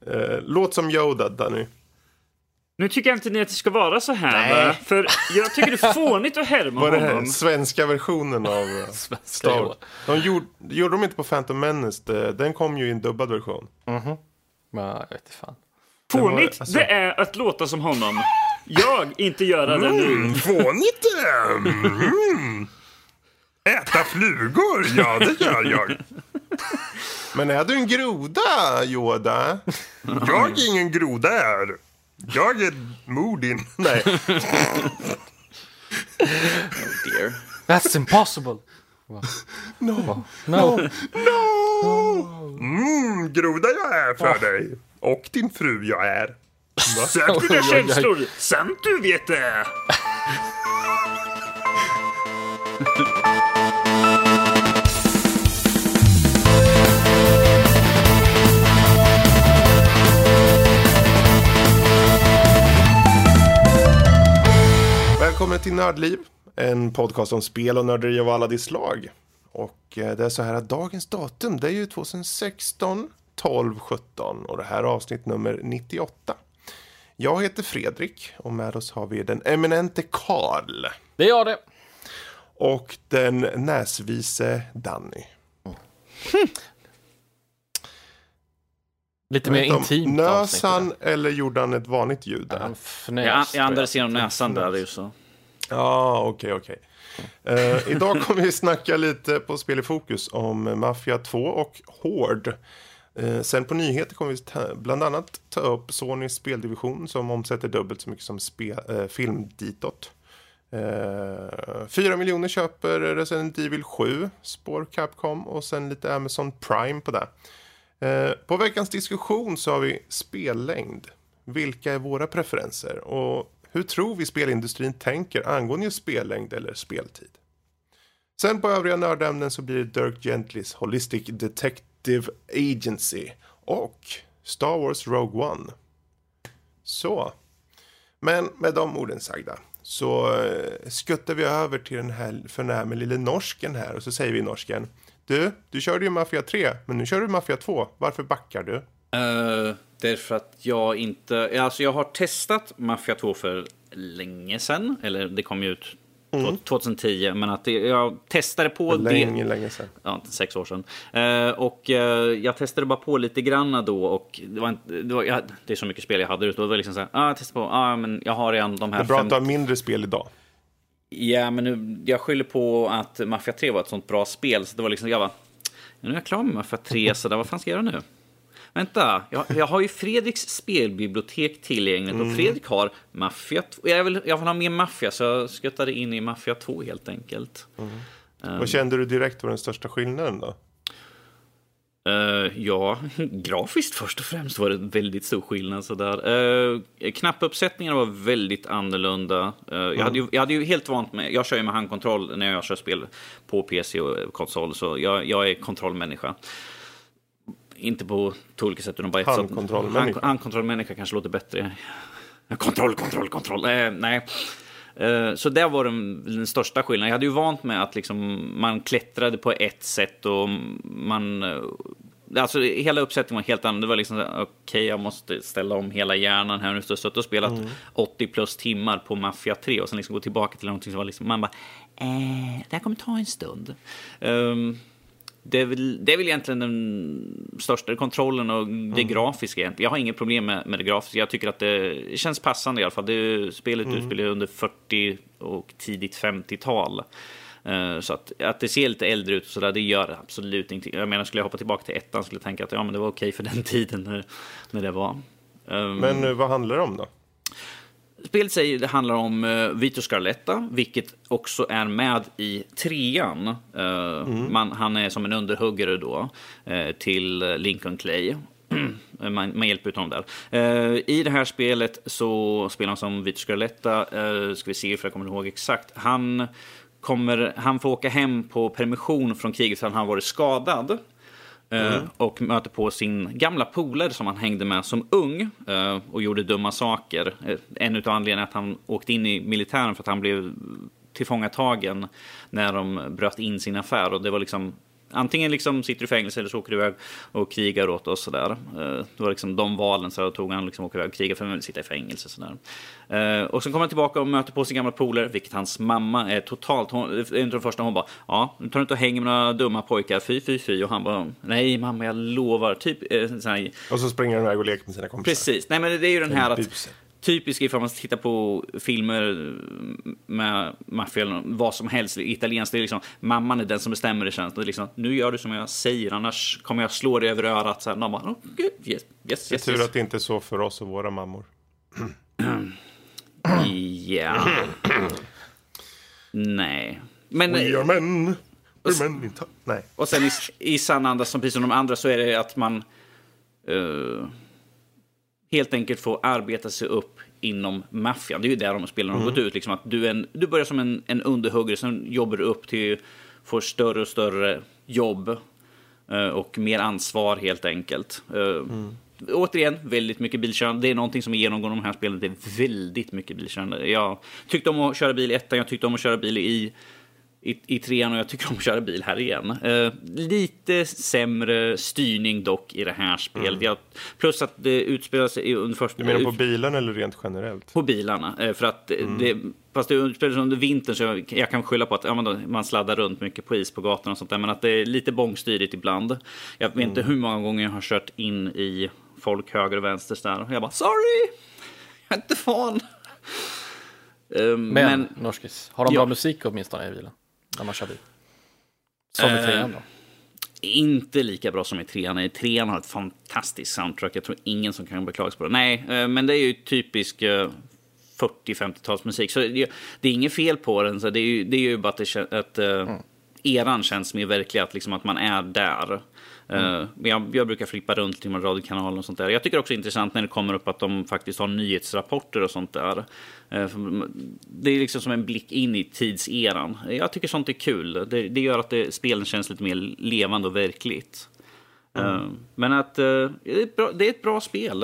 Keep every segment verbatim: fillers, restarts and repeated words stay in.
Eh, låt som Yoda, Danny. Nu tycker jag inte ni att det ska vara så här, va? För jag tycker det är fånigt att härma honom. Var det här honom. svenska versionen av Star Wars? De gjorde, gjorde de inte på Phantom Menace. Den kom ju i en dubbad version. Mhm. Men jag vet inte fan. Fånigt, det, alltså... det är att låta som honom. Jag inte göra det nu. Mm, fånigt! Mm. Äta flugor, ja det gör jag. Men är du en groda, Yoda? Jag är ingen groda här. Jag är Modin. Nej. Oh dear. That's impossible. No. No. No. Mm, groda jag är för oh. dig. Och din fru jag är. Sök dina känslor. Sant du vet det. Välkommen till Nördliv, en podcast om spel och nörderi av alla de slag. Och det är så här att dagens datum, det är ju tjugohundrasexton tolv sjutton och det här är avsnitt nummer nittioåtta. Jag heter Fredrik och med oss har vi den eminente Karl. Det är jag det. Och den näsvise Danny. Mm. Lite mer intimt. Nös han eller gjorde han ett vanligt ljud där? Ja, jag, jag andades genom näsan där, det är ju så. Ja, okej, okay, okej. Okay. Uh, idag kommer vi snacka lite på Spel i fokus om Mafia två och Horde. Uh, sen på nyheter kommer vi ta, bland annat ta upp Sonys speldivision som omsätter dubbelt så mycket som spe, uh, film ditåt. Uh, fyra miljoner köper Resident Evil sju, spår Capcom och sen lite Amazon Prime på det. Uh, på veckans diskussion så har vi spellängd. Vilka är våra preferenser? Och hur tror vi spelindustrin tänker angående just spellängd eller speltid? Sen på övriga nördämnen så blir det Dirk Gentlys Holistic Detective Agency och Star Wars Rogue One. Så, men med de orden sagda så skuttar vi över till den här förnämliga lille norsken här och så säger vi norsken: Du, du körde ju Mafia tre, men nu kör du Mafia två. Varför backar du? Uh, därför att jag inte... Alltså jag har testat Mafia två för länge sedan. Eller det kom ju ut mm. tjugohundratio. Men att det, jag testade på... Länge, det, länge sedan. Ja, sex år sedan. Uh, och uh, jag testade bara på lite grann då. Och det var, inte, det, var jag, det är så mycket spel jag hade. Då var det liksom så här, ah, jag testade på, ah, men jag har redan de här... Det är bra fem... att du har mindre spel idag. Ja, men nu, jag skyller på att Mafia tre var ett sånt bra spel. Så det var liksom, jag var, nu är jag klar med Mafia tre, så där, vad fan ska jag göra nu? Vänta, jag, jag har ju Fredriks spelbibliotek tillgängligt mm. och Fredrik har Mafia två. Jag vill, jag vill ha mer Mafia, så jag skuttade in i Mafia två helt enkelt. Mm. Um, vad kände du direkt var den största skillnaden då? Uh, ja, grafiskt först och främst var det väldigt stor skillnad sådär. Uh, knappuppsättningarna var väldigt annorlunda. Uh, mm. jag, hade ju, jag hade ju helt vant med, jag kör ju med handkontroll när jag kör spel på P C och konsol, så jag, jag är kontrollmänniska. Inte på olika sätt, utan bara ett handkontrollmänniska. Hand, handkontrollmänniska kanske låter bättre. Kontroll, kontroll, kontroll. Uh, nej. Uh, så det var den, den största skillnaden. Jag hade ju vant med att liksom, man klättrade på ett sätt och man... Uh, alltså hela uppsättningen var helt annan. Det var liksom okej, okay, jag måste ställa om hela hjärnan här. Nu har jag och spelat mm. åttio plus timmar på Mafia tre och sen liksom gå tillbaka till någonting som var liksom... Man bara, eh, det här kommer ta en stund. Um, Det är, väl, det är väl egentligen den största kontrollen och det mm. grafiska egentligen. Jag har inget problem med, med det grafiska. Jag tycker att det känns passande i alla fall. Det, spelet mm. utspelar under fyrtio och tidigt femtiotal. Uh, så att, att det ser lite äldre ut och sådär, det gör absolut ingenting. Jag menar, skulle jag hoppa tillbaka till ettan skulle jag tänka att ja, men det var okej för den tiden när, när det var. Um, men uh, vad handlar det om då? Spelet säger det handlar om uh, Vito Scarletta, vilket också är med i trean. Uh, mm. man, han är som en underhuggare då uh, till Lincoln Clay. man, man hjälper ut honom där. Uh, I det här spelet så spelar han som Vito Scarletta. Uh, ska vi se för jag kommer ihåg exakt. Han, kommer, han får åka hem på permission från kriget för att han har varit skadad. Mm. Och möter på sin gamla polare som han hängde med som ung och gjorde dumma saker. En utav anledningarna att han åkte in i militären för att han blev tillfångatagen när de bröt in sin affär. Och det var liksom antingen liksom sitter du i fängelse eller så åker du iväg och krigar åt oss sådär. Det var liksom de valen, så tog han liksom åka iväg och kriga för att vill sitta i fängelse sådär. Och sen kommer han tillbaka och möter på sin gamla polare, vilket hans mamma är totalt, hon, det är inte den första, hon bara, ja, nu tar du inte och hänger med några dumma pojkar, fy, fy, fy. Och han bara, nej mamma, jag lovar, typ såhär. Och så springer han iväg och leker med sina kompisar. Precis, nej men det är ju den här att typiskt ifall man tittar på filmer med maffia, vad som helst, italienskt, det är liksom, mamman är den som bestämmer det, känns det liksom, nu gör du som jag säger, annars kommer jag slå dig över örat så här, mamma, oh, yes, yes, yes, det är tur yes. att det inte är så för oss och våra mammor. Ja. Nej. Men We are men. We're men. Nej. Och sen i, i sann anda som precis som de andra så är det att man uh, helt enkelt får arbeta sig upp inom maffian. Det är ju där de spelarna har mm. gått ut. Liksom, att du, är en, du börjar som en, en underhuggare, sen jobbar du upp till får större och större jobb uh, och mer ansvar helt enkelt. Uh, mm. Återigen, väldigt mycket bilkörande. Det är någonting som är genomgående de här spelen. Det är väldigt mycket bilkörande. Jag tyckte om att köra bil i ettan, jag tyckte om att köra bil i I, i trean, och jag tycker om att köra bil här igen. Uh, lite sämre styrning dock i det här spelet. Mm. Jag, plus att det utspelar sig under första... Du menar på bilarna eller rent generellt? På bilarna. Uh, för att mm. det, fast det utspelar sig under vintern, så jag, jag kan skylla på att ja, man, man sladdar runt mycket på is på gatorna och sånt där. Men att det är lite bångstyrigt ibland. Jag vet mm. inte hur många gånger jag har kört in i folk höger och vänster där. Och jag bara, sorry! Jag är inte fan. Uh, men, men Norskis, har de ja. bra musik åtminstone i bilen? När man kör bil. Som i trean då? Eh, inte lika bra som i trean. I trean har ett fantastiskt soundtrack. Jag tror ingen som kan beklagas på det. Nej, eh, men det är ju typisk eh, fyrtio-femtio-talsmusik. Så det, det är inget fel på den. Så det, är ju, det är ju bara att, det, att eh, mm. eran känns mer verklig. Att, liksom, att man är där. Mm. Jag, jag brukar flippa runt till radiokanalen och sånt där. Jag tycker också det är intressant när det kommer upp att de faktiskt har nyhetsrapporter och sånt där. Det är liksom som en blick in i tidseran. Jag tycker sånt är kul. Det, det gör att det, spelen känns lite mer levande och verkligt. Mm. Men att det är ett bra, det är ett bra spel.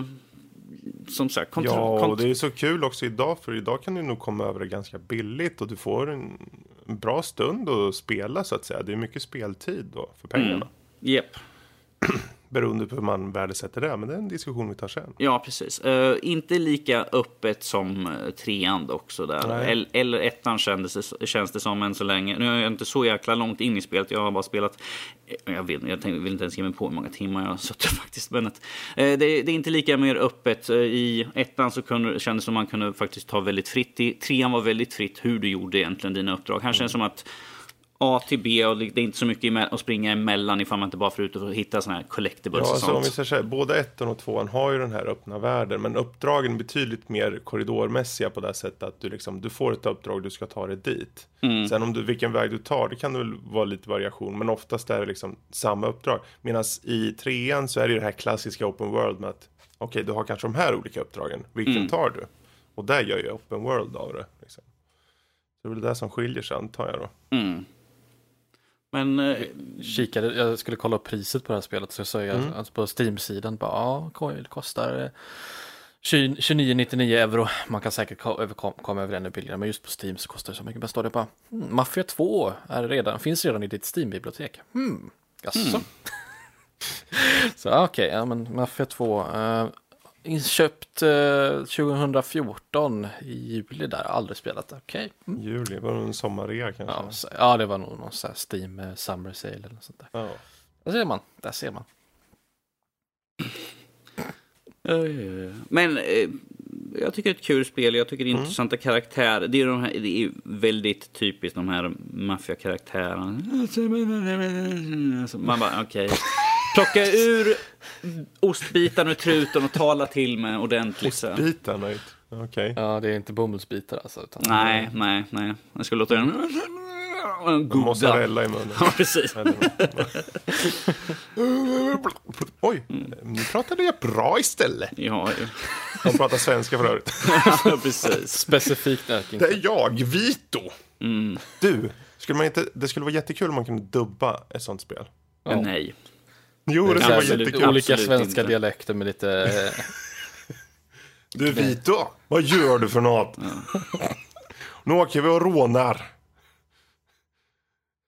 Som sagt, kontroll, ja, och kont- det är så kul också idag, för idag kan du nog komma över det ganska billigt och du får en bra stund att spela, så att säga. Det är mycket speltid då för pengarna. Mm. Japp. Beroende på hur man värdesätter det, men det är en diskussion vi tar sen. Ja, precis. Uh, inte lika öppet som uh, trean också där. Eller, eller ettan kändes det, känns det som än så länge. Nu är jag inte så jäkla långt in i spelet. Jag har bara spelat, jag vill, jag tänkte, vill inte ens ge mig på hur många timmar jag har suttit faktiskt. Men att, uh, det, det är inte lika mer öppet. Uh, I ettan så kunde, kändes det som man kunde faktiskt ta väldigt fritt. I trean var väldigt fritt hur du gjorde egentligen dina uppdrag. Här mm. känns det som att A till B, och det är inte så mycket att springa emellan ifall man inte bara får ut och hitta såna här collectibles ja, och alltså, sånt. om vi säger så här, både ettan och tvåan har ju den här öppna världen, men uppdragen är betydligt mer korridormässiga på det sättet att du, liksom, du får ett uppdrag, du ska ta det dit. Mm. Sen om du, vilken väg du tar, det kan väl vara lite variation, men oftast är det liksom samma uppdrag. Medan i trean så är det det här klassiska open world med att okej, okay, du har kanske de här olika uppdragen, vilken mm. tar du? Och där gör ju open world av det. Liksom. Så det är väl det som skiljer sig, antar jag då. Mm. Men eh, kikade, jag skulle kolla upp priset på det här spelet, så jag såg mm. alltså på Steam-sidan bara, ja, det kostar tjugonio nittionio euro. Man kan säkert komma kom över ännu billigare, men just på Steam så kostar det så mycket. Men står det bara, mm, Mafia två är redan, finns redan i ditt Steam-bibliotek. Hmm, jaså? Mm. Så okej, okay, ja men Mafia två uh, inköpt uh, tjugohundrafjorton i juli där, aldrig spelat. Okej. Okay. Mm. Juli, var det en sommarrea kanske? Ja, så, ja, det var nog någon sån här Steam uh, Summer Sale eller något sånt där. Ja. Där ser man, där ser man. Men eh, jag tycker det är ett kul spel. Jag tycker det är mm. intressanta karaktärer. Det är, de här, det är väldigt typiskt de här maffia-karaktärerna. Man bara, okej. Okay. Plocka ur ostbitarna ur truten och tala till med ordentligt. Ostbitarna? Okej. Okay. Ja, det är inte bomullsbitar alltså. Utan nej, nej, nej. Jag skulle låta den... Mozzarella i munnen. Ja, precis. Oj, nu pratade jag bra istället. Ja, ja. De pratar svenska för övrigt. Ja, precis. Specifikt. Det är jag, Vito. Mm. Du, skulle man inte, det skulle vara jättekul om man kunde dubba ett sånt spel. Ja. Nej. Jo, det, det skulle vara jättekul. Olika svenska inte. Dialekter med lite... Du, Vito, vad gör du för något? Ja. Nu åker vi och rånar.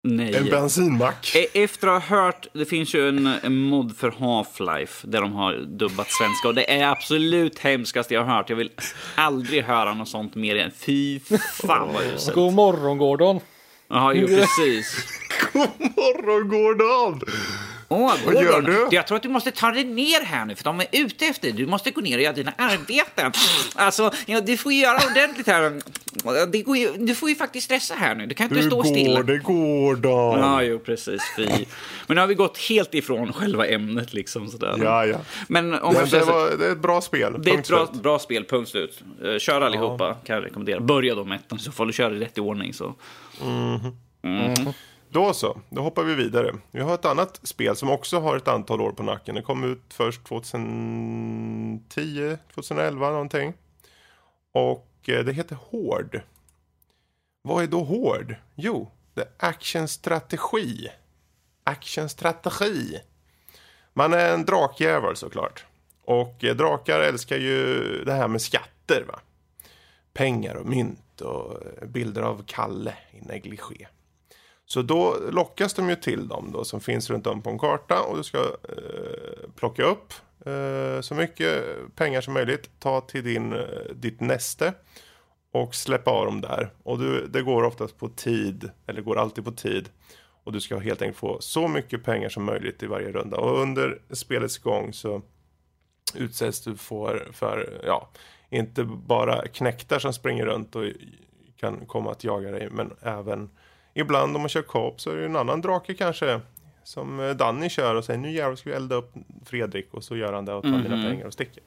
Nej. En bensinmack. Efter att ha hört, det finns ju en, en mod för Half-Life där de har dubbat svenska och det är absolut hemskast jag har hört. Jag vill aldrig höra något sånt mer än fy fan vad uselt. God morgon Gordon. Ja, ju precis. God morgon Gordon. Åh, vad gör du? Jag tror att du måste ta dig ner här nu för de är ute efter. Du måste gå ner och göra dina arbeten. Alltså, ja, du får ju göra ordentligt här. Det går ju, du får ju faktiskt stressa här nu. Du kan inte Hur stå går stilla. det Gordon? Ja, jo, precis. Fy. Men nu har vi gått helt ifrån själva ämnet liksom sådär. Ja, ja. Men om Men jag det, så, var, det är ett bra spel. det är ett bra, slut. bra spel, punkt slut. Uh, kör allihopa, ja. Kan jag rekommendera. Börja då med ettan, så får du köra i rätt i ordning. Så. Mm-hmm. Mm-hmm. Då så, då hoppar vi vidare. Vi har ett annat spel som också har ett antal år på nacken. Det kom ut först tjugohundratio, tjugoelva någonting. Och det heter Horde. Vad är då Horde? Jo, det är actionstrategi. Actionstrategi. Man är en drakjävel såklart. Och drakar älskar ju det här med skatter, va? Pengar och mynt och bilder av Kalle i negligé. Så då lockas de ju till dem då som finns runt om på en karta och du ska eh, plocka upp eh, så mycket pengar som möjligt, ta till din, eh, ditt näste och släppa av dem där. Och du, det går oftast på tid, eller går alltid på tid. Och du ska helt enkelt få så mycket pengar som möjligt i varje runda. Och under spelets gång så utsätts du för, för ja, inte bara knäktar som springer runt och kan komma att jaga dig, men även ibland om man kör co-op så är det en annan drake kanske som Danny kör och säger nu jävlar ska vi elda upp Fredrik och så gör han det och tar mm-hmm. mina pengar och sticker.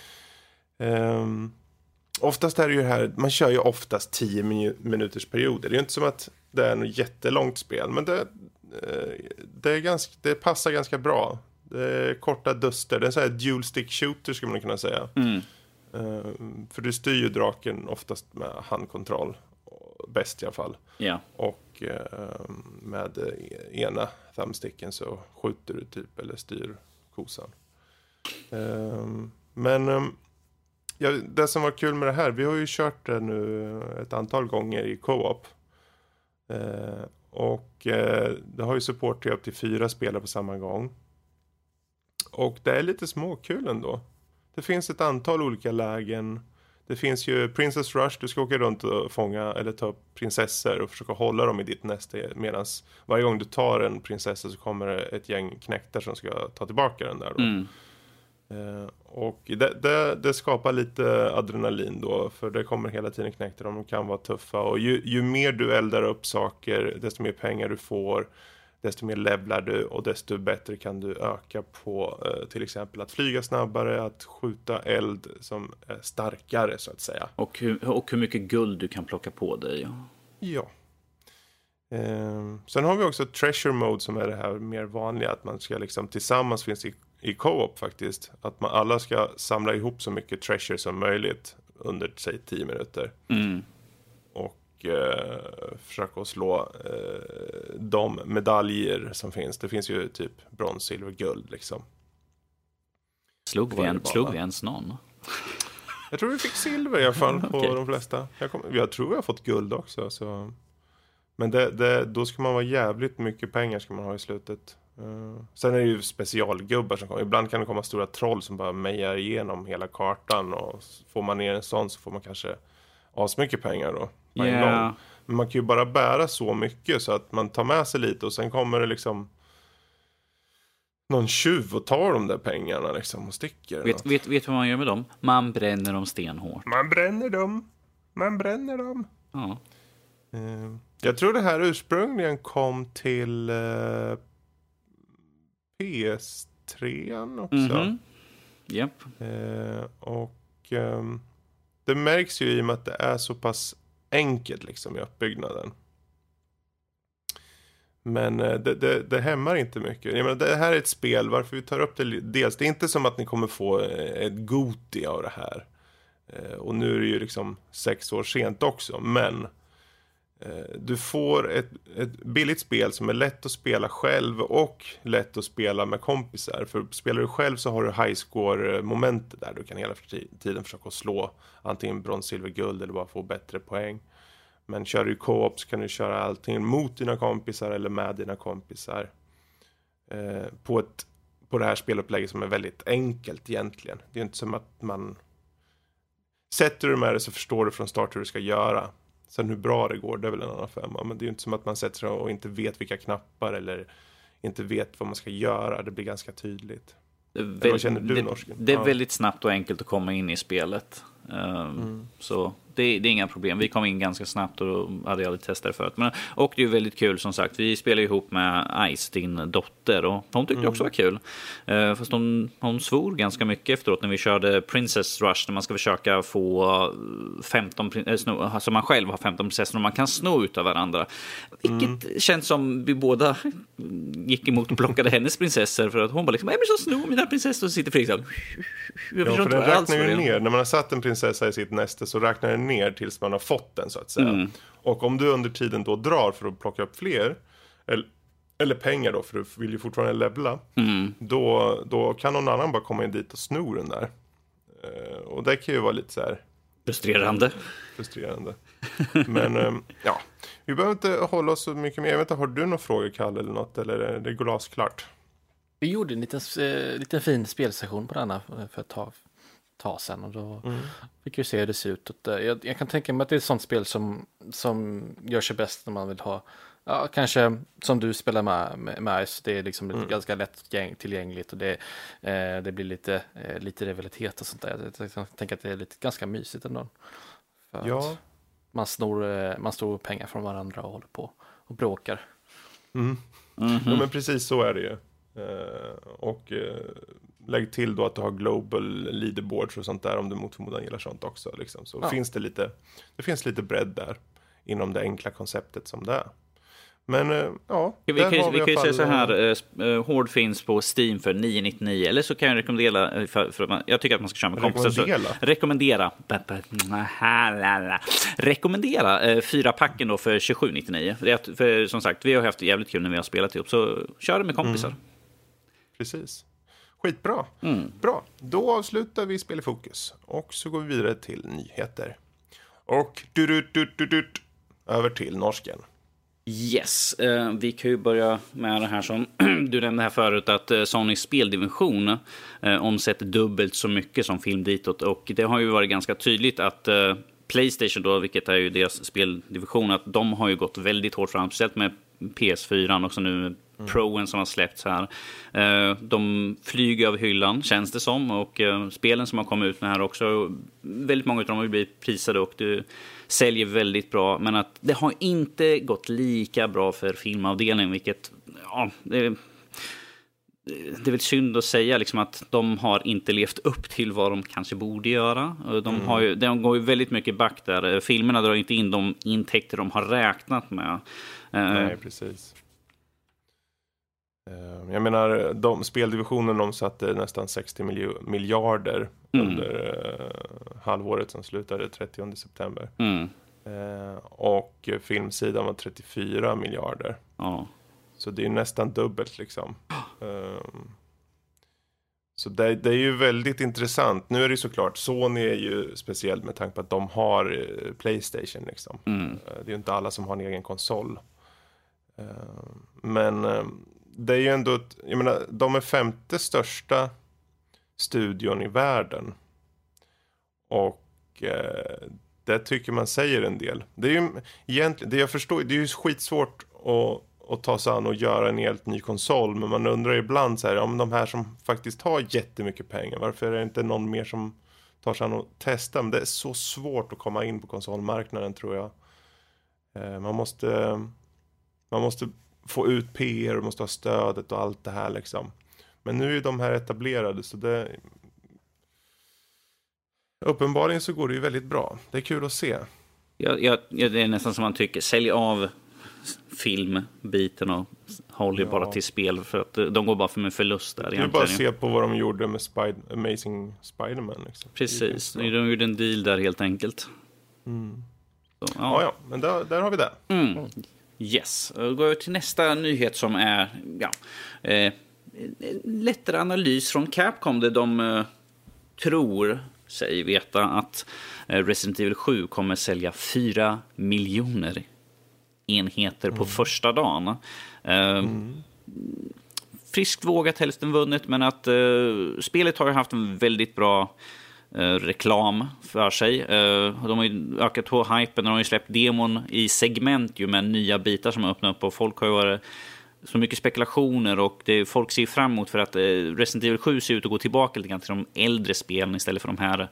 Um, oftast är det ju här, man kör ju oftast tio minuters perioder. Det är ju inte som att det är något jättelångt spel, men det, det, är ganska, det passar ganska bra. Det är korta duster, det är en sån här dual stick shooter skulle man kunna säga. Mm. Um, för du styr ju draken oftast med handkontroll. Bäst i alla fall. Yeah. Och eh, med ena thumbsticken så skjuter du typ eller styr kosan. Eh, men eh, ja, det som var kul med det här, vi har ju kört det nu ett antal gånger i co-op. Eh, och eh, det har ju support till upp till fyra spelare på samma gång. Och det är lite småkul ändå. Det finns ett antal olika lägen. Det finns ju Princess Rush, du ska åka runt och fånga eller ta upp prinsessor och försöka hålla dem i ditt näste. Medan varje gång du tar en prinsessa så kommer det ett gäng knäktar som ska ta tillbaka den där då. Mm. Eh, och det, det, det skapar lite adrenalin då, för det kommer hela tiden knäktar, de kan vara tuffa. Och ju, ju mer du eldar upp saker, desto mer pengar du får, desto mer levlar du och desto bättre kan du öka på eh, till exempel att flyga snabbare, att skjuta eld som är starkare så att säga. Och hur, och hur mycket guld du kan plocka på dig. Ja. ja. Eh, sen har vi också Treasure Mode som är det här mer vanliga, att man ska liksom tillsammans finns i, i co-op faktiskt. Att man alla ska samla ihop så mycket treasure som möjligt under säg tio minuter. Mm. Och Eh, försöka att slå eh, de medaljer som finns. Det finns ju typ brons, silver, guld liksom. Slog vi, en, slog vi ens någon? Jag tror vi fick silver i alla fall på okay. de flesta. Jag, kom, jag tror vi har fått guld också. Så. Men det, det, då ska man vara jävligt mycket pengar ska man ha i slutet. Uh, sen är det ju specialgubbar som kommer. Ibland kan det komma stora troll som bara mejar igenom hela kartan. Och får man ner en sån så får man kanske asmycket pengar då. Yeah. Men man kan ju bara bära så mycket så att man tar med sig lite och sen kommer det liksom någon tjuv och tar de där pengarna liksom och sticker. Vet, vet, vet vad man gör med dem? Man bränner dem stenhårt. Man bränner dem. Man bränner dem. Ja. Uh, jag tror det här ursprungligen kom till uh, P S tre också. Mm-hmm. Japp. Uh, och um, det märks ju i och med att det är så pass enkelt liksom i uppbyggnaden. Men det, det, det hämmar inte mycket. Jag menar, det här är ett spel, varför vi tar upp det dels. Det är inte som att ni kommer få ett goti av det här. Och nu är det ju liksom sex år sent också. Men du får ett, ett billigt spel som är lätt att spela själv och lätt att spela med kompisar. För spelar du själv så har du high score-momentet där du kan hela tiden försöka slå antingen brons, silver, guld eller bara få bättre poäng. Men kör du co-op så kan du köra allting mot dina kompisar eller med dina kompisar. Eh, på, ett, på det här spelupplägget som är väldigt enkelt egentligen. Det är inte som att man... Sätter du med det så förstår du från start hur du ska göra. Sen hur bra det går, det är väl en annan femma. Men det är inte som att man sätter sig och inte vet vilka knappar eller inte vet vad man ska göra. Det blir ganska tydligt. Väl, vad känner du, det, Norsken? det är ja. väldigt snabbt och enkelt att komma in i spelet. Um, mm. Så det, det är inga problem. Vi kom in ganska snabbt och hade jag aldrig testat det förut. Men, och det är ju väldigt kul som sagt. Vi spelar ihop med Ice, din dotter. Och hon tyckte mm. också var kul. Uh, fast hon, hon svor ganska mycket efteråt när vi körde Princess Rush. När man ska försöka få femton äh, sno, alltså man själv har femton prinsessor och man kan sno ut av varandra. Vilket mm. känns som vi båda gick emot och plockade hennes prinsessor. För att hon bara liksom, jag vill så sno mina prinsessor och sitter Fredrik så ja, för den räknar ju ner. När man har satt en prinsessa i sitt näste så räknar den ner tills man har fått den så att säga. Mm. Och om du under tiden då drar för att plocka upp fler eller, eller pengar då, för du vill ju fortfarande levla, mm. då, då kan någon annan bara komma in dit och sno den där. Uh, och det kan ju vara lite så här frustrerande. Frustrerande. Men um, ja, vi behöver inte hålla oss så mycket mer. Jag vet inte, har du några frågor, Kalle, eller något? Eller är det glasklart? Vi gjorde en liten, eh, liten fin spelsession på denna för ett tag, tag sedan. Och då mm. fick vi se hur det ser ut. Jag, jag kan tänka mig att det är ett sånt spel som, som gör sig bäst när man vill ha, ja, kanske som du spelar med, med, med så det är liksom mm. ganska lätt tillgängligt och det, eh, det blir lite, eh, lite rivalitet och sånt där. Jag, jag tänker att det är lite, ganska mysigt ändå. För ja. Man snor, man snor pengar från varandra och håller på och bråkar. Mm. Mm-hmm. Ja, men precis så är det ju. Uh, och uh, lägg till då att du har global leaderboards och sånt där om du mot förmodan gillar sånt också liksom. Så ja. finns det lite det finns lite bredd där inom det enkla konceptet som det är. Men uh, ja, vi kan, vi vi kan ju säga så här, uh, Horde finns på Steam för nio nittionio, eller så kan jag rekommendera för, för man, jag tycker att man ska köra med kompisar så, rekommendera rekommendera uh, fyra packen då för tjugosju nittionio. För, för som sagt, vi har haft jävligt kul när vi har spelat ihop, så kör det med kompisar. Mm. Precis. Skitbra. Mm. Bra. Då avslutar vi Spel i fokus och så går vi vidare till nyheter. Och du, du, du, du, du, över till norsken. Yes, eh, vi kan ju börja med det här som du nämnde här förut, att eh, Sonys speldivision eh, omsätter dubbelt så mycket som Film ditåt, och det har ju varit ganska tydligt att eh, PlayStation då, vilket är ju deras speldivision, att de har ju gått väldigt hårt fram, speciellt med P S fyra och också nu med mm. Proen som har släppts här. Eh, de flyger av hyllan, känns det som, och eh, spelen som har kommit ut med här också, väldigt många av dem har blivit prisade och det säljer väldigt bra, men att det har inte gått lika bra för filmavdelningen, vilket ja, det, det är väl synd att säga liksom, att de har inte levt upp till vad de kanske borde göra. De, har ju, de går ju väldigt mycket back där. Filmerna drar inte in de intäkter de har räknat med. Nej, precis. Jag menar, de, speldivisionen omsatte nästan sextio miljarder mm. under uh, halvåret som slutade trettionde september. Mm. Uh, och filmsidan var trettiofyra miljarder. Ja. Så det är nästan dubbelt liksom. Uh, så det, det är ju väldigt intressant. Nu är det såklart, Sony är ju speciellt med tanke på att de har uh, PlayStation liksom. Mm. Uh, det är ju inte alla som har en egen konsol. Uh, men... Uh, det är ju ändå, ett, jag menar, de är femte största studion i världen. Och eh, det tycker man säger en del. Det är ju egentligen, det jag förstår, det är ju skitsvårt att, att ta sig an och göra en helt ny konsol. Men man undrar ibland så här, om de här som faktiskt har jättemycket pengar, varför är det inte någon mer som tar sig an och testar? Men det är så svårt att komma in på konsolmarknaden, tror jag. Eh, man måste, man måste få ut P R och måste ha stödet och allt det här liksom. Men nu är de här etablerade, så det uppenbarligen så går det ju väldigt bra. Det är kul att se. Ja, ja, det är nästan som man tycker, sälj av filmbiten och håll ju ja. bara till spel, för att de går bara för med förlust där. Det är bara att se på vad de gjorde med Spide- Amazing Spider-Man liksom. Precis, de gjorde en deal där helt enkelt. Mm. Så, ja. ja, ja, men där, där har vi det. Mm. Mm. Yes, och går till nästa nyhet som är ja, eh, lättare analys från Capcom, där de eh, tror sig veta att Resident Evil sju kommer sälja fyra miljoner enheter på mm. första dagen. Uh, mm. Friskt vågat, hälften vunnet, men att uh, spelet har haft en väldigt bra uh, reklam för sig. Uh, de har ju ökat på hypen, de har ju släppt demon i segment ju, med nya bitar som har öppnat upp, och folk har ju varit så mycket spekulationer, och det, folk ser fram emot för att uh, Resident Evil sju ser ut att gå tillbaka lite grann till de äldre spelen istället för de här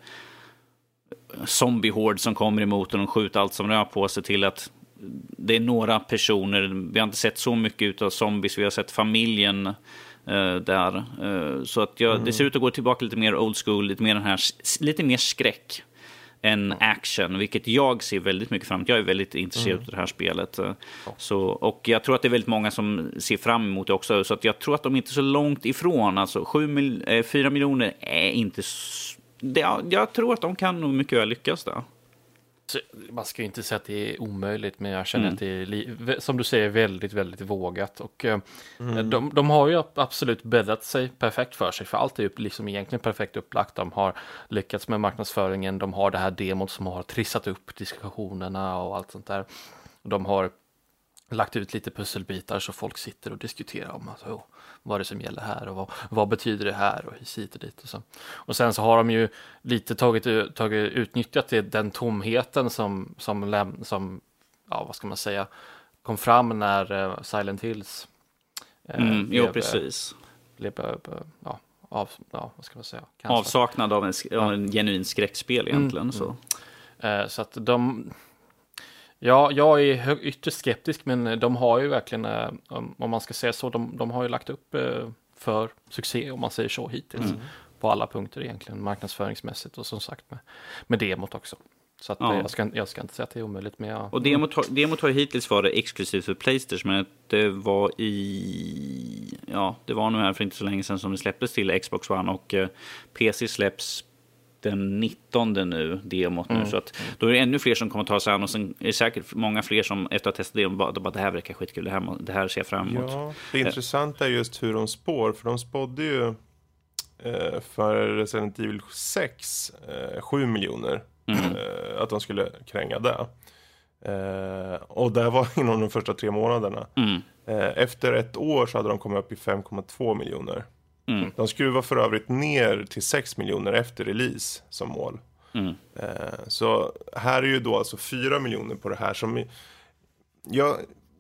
zombie-hord som kommer emot och de skjuter allt som rör på sig, till att det är några personer. Vi har inte sett så mycket ut av zombies. Vi har sett familjen uh, där. Uh, så att jag, mm. det ser ut att gå tillbaka lite mer old school, lite mer den här, lite mer skräck än action, vilket jag ser väldigt mycket fram emot. Jag är väldigt intresserad mm. av det här spelet. Uh, så, och jag tror att det är väldigt många som ser fram emot det också. Så att jag tror att de inte är så långt ifrån. Alltså sju mil, eh, fyra miljoner är inte s- det, jag tror att de kan nog mycket väl lyckas där. Så man ska ju inte säga att det är omöjligt, men jag känner mm. att det är, li- som du säger, väldigt, väldigt vågat. Och eh, mm. de, de har ju absolut bäddat sig perfekt för sig, för allt är ju liksom egentligen perfekt upplagt. De har lyckats med marknadsföringen, de har det här demot som har trissat upp diskussionerna och allt sånt där. De har lagt ut lite pusselbitar så folk sitter och diskuterar om alltså, oh, vad är det som gäller här och vad, vad betyder det här och hit och dit och så. Och sen så har de ju lite tagit, tagit utnyttjat det, den tomheten som, som, läm, som ja, vad ska man säga, kom fram när uh, Silent Hills uh, mm, blev, jo, precis. Blev, uh, ja, av, ja, vad ska man säga? Kanske. Avsaknad av en, av en genuin skräckspel egentligen. Mm, så. Mm. Uh, så att de... Ja, jag är ytterst skeptisk, men de har ju verkligen, om man ska säga så, de, de har ju lagt upp för succé, om man säger så, hittills. Mm. På alla punkter egentligen, marknadsföringsmässigt och som sagt med, med demot också. Så att ja. jag, ska, jag ska inte säga att det är omöjligt, men jag... Och demot har, demot har ju hittills varit exklusivt för PlayStation, men det var i... Ja, det var nog här för inte så länge sedan som det släpptes till Xbox One, och P C släpps den nittonde nu, demot nu. Mm. Så att då är det ännu fler som kommer att ta sig an, och sen är det säkert många fler som efter att ha testat demot bara, bara det här verkar skitkul, det här, det här ser jag fram emot. Ja, det intressanta är just hur de spår, för de spådde ju eh, för Resident Evil sex eh, sju miljoner mm. eh, att de skulle kränga det. Eh, och det var inom de första tre månaderna. Mm. Eh, efter ett år så hade de kommit upp i fem komma två miljoner. Mm. De skruvar för övrigt ner till sex miljoner efter release som mål. Mm. Eh, så här är ju då alltså fyra miljoner på det här som... Ja,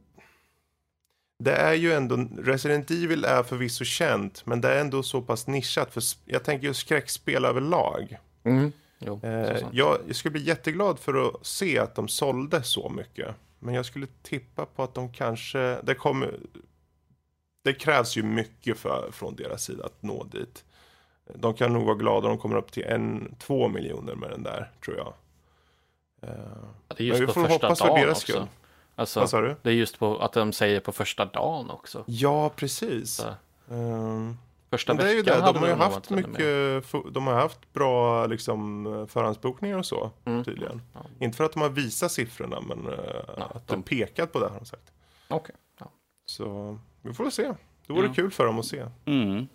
det är ju ändå... Resident Evil är förvisso känt, men det är ändå så pass nischat. För jag tänker ju skräckspel överlag. Mm. Jo, eh, jag, jag skulle bli jätteglad för att se att de sålde så mycket. Men jag skulle tippa på att de kanske... Det kommer... Det krävs ju mycket för, från deras sida att nå dit. De kan nog vara glada om de kommer upp till en, två miljoner med den där, tror jag. Uh, ja, det är just men vi får hoppas för deras också. Skull. Alltså, vad sa du? Det är just på att de säger på första dagen också. Ja, precis. Um, första det är ju veckan det. De har ju haft mycket, de har haft bra liksom, förhandsbokningar och så, mm. tydligen. Ja. Inte för att de har visat siffrorna, men uh, ja, att de, de pekat på det har de sagt. Okej. Okay. Ja. Så... Vi får se. Det vore ja. kul för dem att se. Mm. Mm.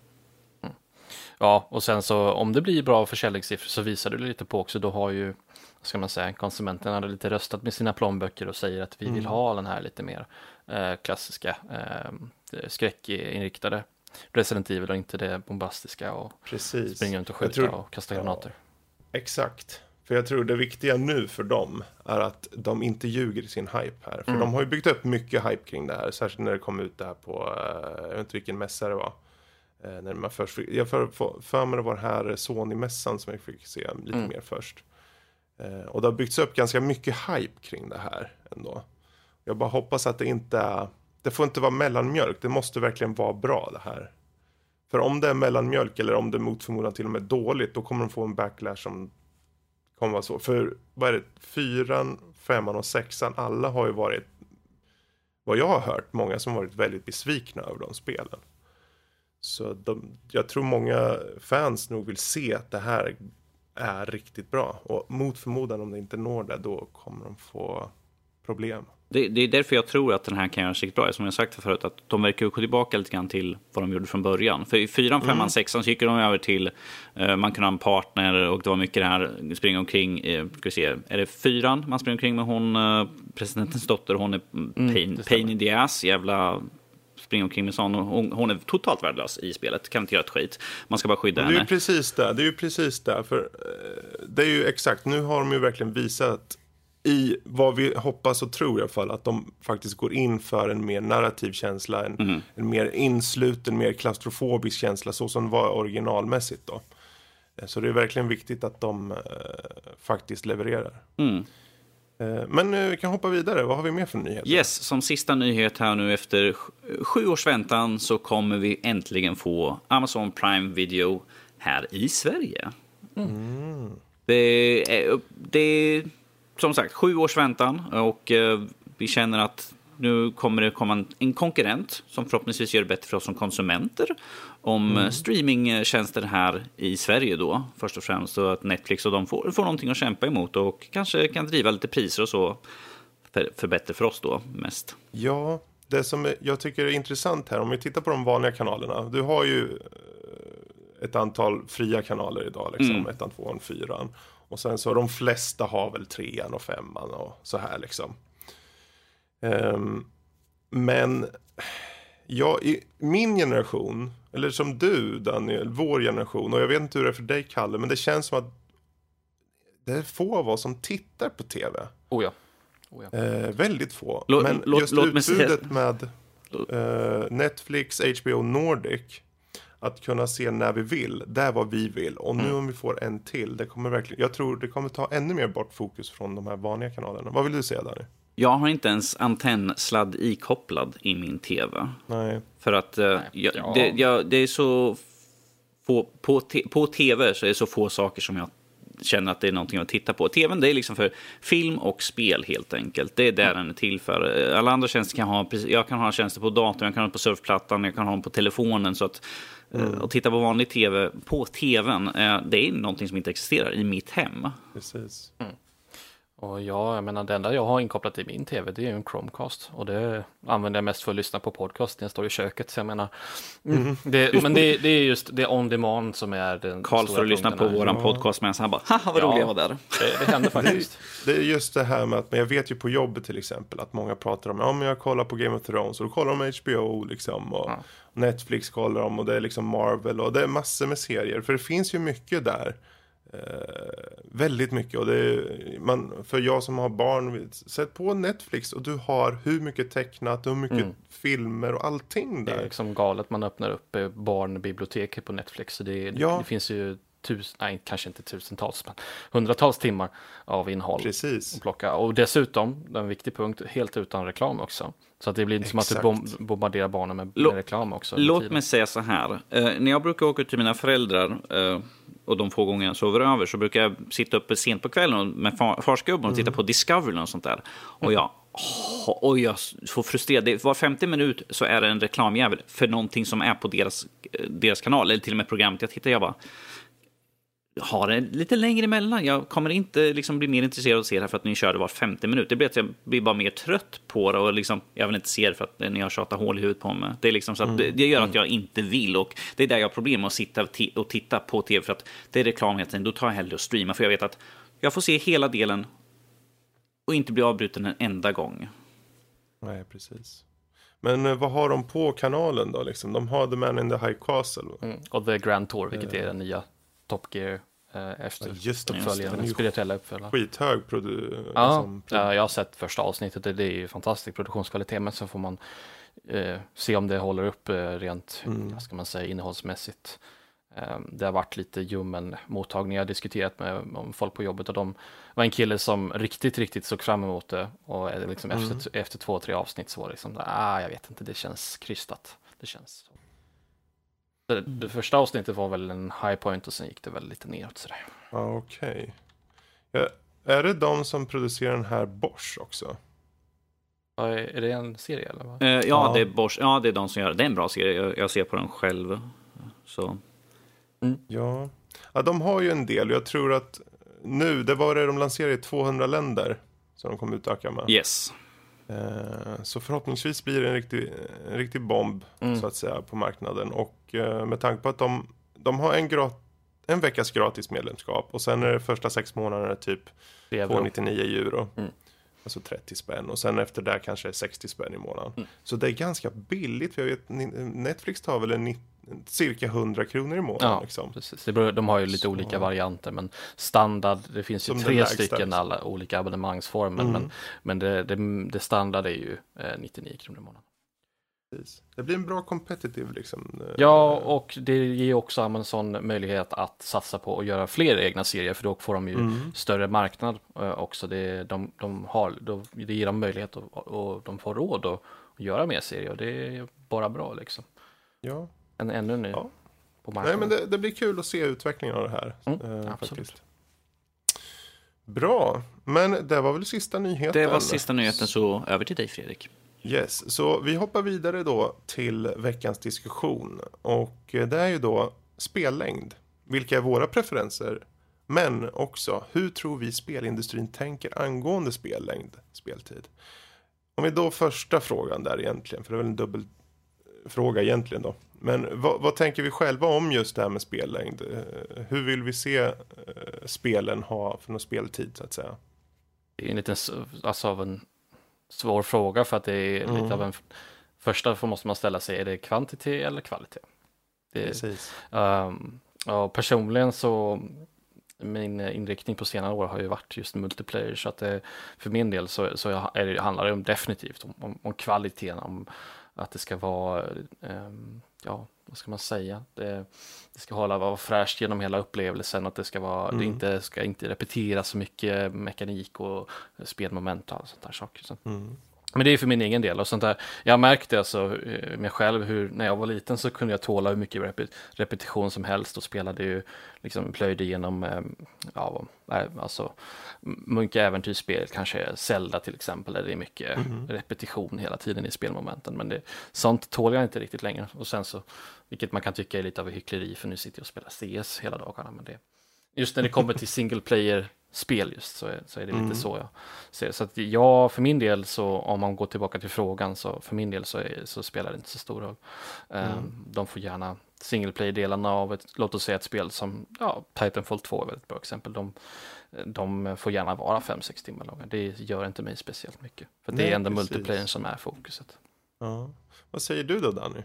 Ja, och sen så om det blir bra försäljningssiffror så visar det lite på också. Då har ju, ska man säga, konsumenterna lite röstat med sina plånböcker och säger att vi mm. vill ha den här lite mer eh, klassiska eh, skräckinriktade Resident Evil och inte det bombastiska och Precis. springa runt och skjuta tror... och kasta granater. Ja, exakt. För jag tror det viktiga nu för dem är att de inte ljuger i sin hype här. För mm. de har ju byggt upp mycket hype kring det här. Särskilt när det kom ut där på, jag vet inte vilken mässa det var. När man först, jag för, för, för mig det var här Sony-mässan som jag fick se lite mm. mer först. Och det har byggts upp ganska mycket hype kring det här ändå. Jag bara hoppas att det inte är, det får inte vara mellanmjölk. Det måste verkligen vara bra det här. För om det är mellanmjölk eller om det mot förmodan till och med dåligt, då kommer de få en backlash som kommer vara så. För vad är det? Fyran, femman och sexan, alla har ju varit, vad jag har hört, många som varit väldigt besvikna över de spelen. Så de, jag tror många fans nog vill se att det här är riktigt bra. Och mot förmodan om det inte når det, då kommer de få problem. Det, det är därför jag tror att den här kan göra sig bra. Som jag sagt förut, att de verkar gå tillbaka lite grann till vad de gjorde från början. För i fyran, femman, mm. sexan så gick de över till uh, man kunde ha en partner och det var mycket det här springa omkring. Uh, ska vi se, är det fyran man springer omkring med hon, uh, presidentens dotter, hon är mm, pain, pain in the ass, jävla springa omkring med sån. Hon, hon är totalt värdelös i spelet, kan inte göra ett skit. Man ska bara skydda henne. Det är ju precis det, det är ju precis det. För uh, det är ju exakt, nu har de ju verkligen visat i vad vi hoppas och tror i alla fall, att de faktiskt går in för en mer narrativ känsla, en, mm. en mer insluten, mer klaustrofobisk känsla, så som det var originalmässigt då. Så det är verkligen viktigt att de eh, faktiskt levererar. Mm. Eh, men eh, vi kan hoppa vidare, vad har vi mer för nyheter? Yes, som sista nyhet här nu efter sju års väntan så kommer vi äntligen få Amazon Prime Video här i Sverige. Mm. Det är... Det är som sagt, sju års väntan och eh, vi känner att nu kommer det komma en, en konkurrent som förhoppningsvis gör det bättre för oss som konsumenter om mm. streamingtjänster här i Sverige då, först och främst, så att Netflix och de får, får någonting att kämpa emot och kanske kan driva lite priser och så för, för bättre för oss då mest. Ja, det som jag tycker är intressant här, om vi tittar på de vanliga kanalerna, du har ju ett antal fria kanaler idag, liksom, mm. ettan, tvåan, fyran. Och sen så de flesta har väl trean och femman och så här liksom. Um, men ja, i min generation, eller som du Daniel, vår generation, och jag vet inte hur det är för dig Kalle, men det känns som att det är få av oss som tittar på tv. Oh ja. Oh ja. Uh, väldigt få. Låt, men låt, just låt utbudet med uh, Netflix, H B O Nordic, att kunna se när vi vill, där vad vi vill. Och nu mm. om vi får en till, det kommer verkligen, jag tror det kommer ta ännu mer bort fokus från de här vanliga kanalerna. Vad vill du säga där? Jag har inte ens antennsladd ikopplad i min tv. Nej. För att uh, Nej. jag, Ja. det, jag, det är så få, på, te, på tv så är det så få saker som jag känner att det är någonting att titta på. T V:n, det är liksom för film och spel helt enkelt. Det är där mm. den är till för. Alla andra tjänster kan ha, jag kan ha tjänster på datorn, jag kan ha på surfplattan, jag kan ha på telefonen, så att mm. och titta på vanlig tv på tvn, det är någonting som inte existerar i mitt hem. Precis. Mm. Och ja, jag menar, det enda jag har inkopplat i min tv, det är ju en Chromecast. Och det använder jag mest för att lyssna på podcast. Den står i köket, så jag menar. Mm. Mm. Det, men det, det är just det on demand som är den Carl står och lyssnar på våran ja. podcast med, så han bara, haha vad ja, rolig jag var där. Det, det händer faktiskt. Det, det är just det här med att, men jag vet ju på jobbet till exempel, att många pratar om, ja men jag kollar på Game of Thrones, och då kollar de H B O liksom, och ja. Netflix kollar de, och det är liksom Marvel, och det är massor med serier. För det finns ju mycket där. Eh, väldigt mycket, och det är, man, för jag som har barn, sätt på Netflix och du har hur mycket tecknat och hur mycket mm. filmer och allting där. Det är liksom galet, man öppnar upp barnbiblioteket på Netflix, så det, ja. det, det finns ju tusen, nej kanske inte tusentals, men hundratals timmar av innehåll. Precis. Att plocka. Och dessutom, en viktig punkt, helt utan reklam också. Så att det blir inte som att du bom- bombarderar barnen med, med reklam också. Låt mig säga så här. Eh, när jag brukar åka till mina föräldrar eh, och de få gånger jag sover över, så brukar jag sitta uppe sent på kvällen med far- farsgubben och mm. titta på Discovery och sånt där. Och jag, oh, och jag får frustrerad. Var femtio minut så är det en reklamjävel för någonting som är på deras, deras kanal, eller till och med programmet jag tittar, jag bara har det lite längre emellan. Jag kommer inte liksom bli mer intresserad av att se det här för att ni kör det var femtio minuter. Det blir att jag blir bara mer trött på det, och liksom, jag vill inte se det för att ni har tjatat hål i huvudet på mig. Det är liksom så att det, det gör att jag inte vill, och det är där jag har problem med att sitta och titta på tv, för att det är reklam hela tiden. Då tar jag hellre och streama, för jag vet att jag får se hela delen och inte bli avbruten en enda gång. Nej, precis. Men eh, vad har de på kanalen då? Liksom? De har The Man in the High Castle. Mm. Och The Grand Tour, vilket är den nya Top Gear eh, efter ja, just uppföljaren, den spirituella uppföljaren. Skithög produ- ja, liksom, produ- ja, jag har sett första avsnittet, det är ju fantastisk produktionskvalitet, men så får man eh, se om det håller upp eh, rent, mm. vad ska man säga, innehållsmässigt. Eh, det har varit lite ljummen mottagning. Jag har diskuterat med om folk på jobbet, och de var en kille som riktigt, riktigt såg fram emot det, och eh, liksom mm. efter, efter två, tre avsnitt så var det liksom, ah, jag vet inte, det känns krystat. Det känns så. Det, det första avsnittet var väl en high point, och sen gick det väl lite neråt sådär. Ja, okej. Okay. Ja, är det de som producerar den här Bosch också? Ja, är det en serie eller vad? Eh, ja, ja, det är Bosch. Ja, det är de som gör det. Det är en bra serie. Jag, jag ser på den själv. Så. Mm. Ja. Ja, de har ju en del. Jag tror att nu, det var det de lanserade i tvåhundra länder som de kommer utöka med. Yes. Eh, så förhoppningsvis blir det en riktig, en riktig bomb mm. så att säga på marknaden. Och eh, med tanke på att de, de har en, grat, en veckas gratis medlemskap och sen är det första sex månaderna typ tvåhundranittionio euro. Mm. Alltså trettio spänn. Och sen efter det kanske sextio spänn i månaden. Mm. Så det är ganska billigt. För jag vet, Netflix tar väl en, cirka hundra kronor i månaden. Ja, liksom. Precis. Det beror, de har ju lite så. olika varianter. Men standard, det finns ju Som tre stycken alla olika abonnemangsformer. Mm. Men, men det, det, det standard är ju eh, nittionio kronor i månaden. Precis. Det blir en bra competitive liksom. Ja, och det ger också en sån möjlighet att satsa på att göra fler egna serier, för då får de ju mm. större marknad också. Det, de, de har, det ger dem möjlighet och, och de får råd att göra mer serier, och det är bara bra liksom. Ja. En, ännu ny ja. på marknaden. Nej, men det, det blir kul att se utvecklingen av det här. Mm, eh, absolut. Faktiskt. Bra, men det var väl sista nyheten. Det var sista nyheten, så över till dig Fredrik. Yes, så vi hoppar vidare då till veckans diskussion. Och det är ju då spellängd. Vilka är våra preferenser? Men också, hur tror vi spelindustrin tänker angående spellängd, speltid? Om vi då första frågan där egentligen, för det är väl en dubbel fråga egentligen då. Men vad, vad tänker vi själva om just det här med spellängd? Hur vill vi se uh, spelen ha för någon speltid så att säga? Det är en liten, alltså av en svår fråga, för att det är mm. lite av en första måste man ställa sig, är det kvantitet eller kvalitet? Det, Precis. Um, ja, personligen så min inriktning på senare år har ju varit just multiplayer, så att det, för min del så, så är det, handlar det om definitivt om, om, om kvaliteten, om att det ska vara um, ja, vad ska man säga, det, det ska hålla, vara fräscht genom hela upplevelsen, att det ska vara, mm. det inte ska inte repetera så mycket mekanik och spelmoment och sånt där saker. Så. Mm. Men det är för min egen del och sånt där. Jag märkte alltså mig själv hur när jag var liten så kunde jag tåla hur mycket rep- repetition som helst, och spelade ju liksom, plöjde igenom ja, alltså mycket äventyrsspel, kanske Zelda till exempel, där det är mycket mm. repetition hela tiden i spelmomenten, men det, sånt tål jag inte riktigt längre. Och sen så, vilket man kan tycka är lite av hyckleri, för nu sitter jag och spelar C S hela dagarna, men det just när det kommer till single player spel just så är, så är det lite mm. så jag ser. Så att jag, för min del, så om man går tillbaka till frågan, så för min del så, är, så spelar det inte så stor roll. Mm. Um, de får gärna single play-delarna av ett, låt oss säga ett spel som ja, Titanfall två är ett väldigt bra exempel. De, de får gärna vara fem sex timmar långa. Det gör inte mig speciellt mycket. För Nej, det är ändå precis. multiplayer som är fokuset. Ja. Vad säger du då, Danny?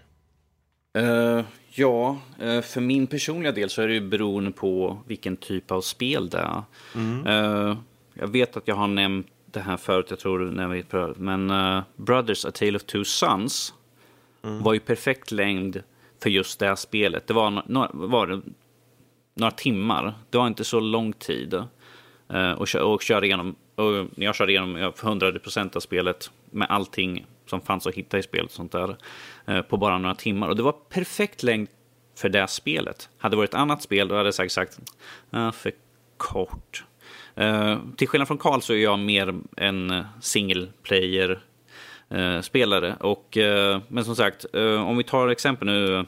Uh, ja, uh, för min personliga del så är det ju beroende på vilken typ av spel det är. Mm. Uh, jag vet att jag har nämnt det här förut, jag tror när vi pratade, men uh, Brothers: A Tale of Two Sons mm. var ju perfekt längd för just det här spelet. Det var, no- var det några timmar, det var inte så lång tid uh, och, kö- och köra igenom, och när jag körde igenom hundra procent av spelet med allting som fanns att hitta i spelet och sånt där eh, på bara några timmar. Och det var perfekt längd för det spelet. Hade det varit ett annat spel, då hade jag sagt, sagt ah, för kort. Eh, till skillnad från Carl så är jag mer en single player eh, spelare. Och, eh, men som sagt, eh, om vi tar exempel nu,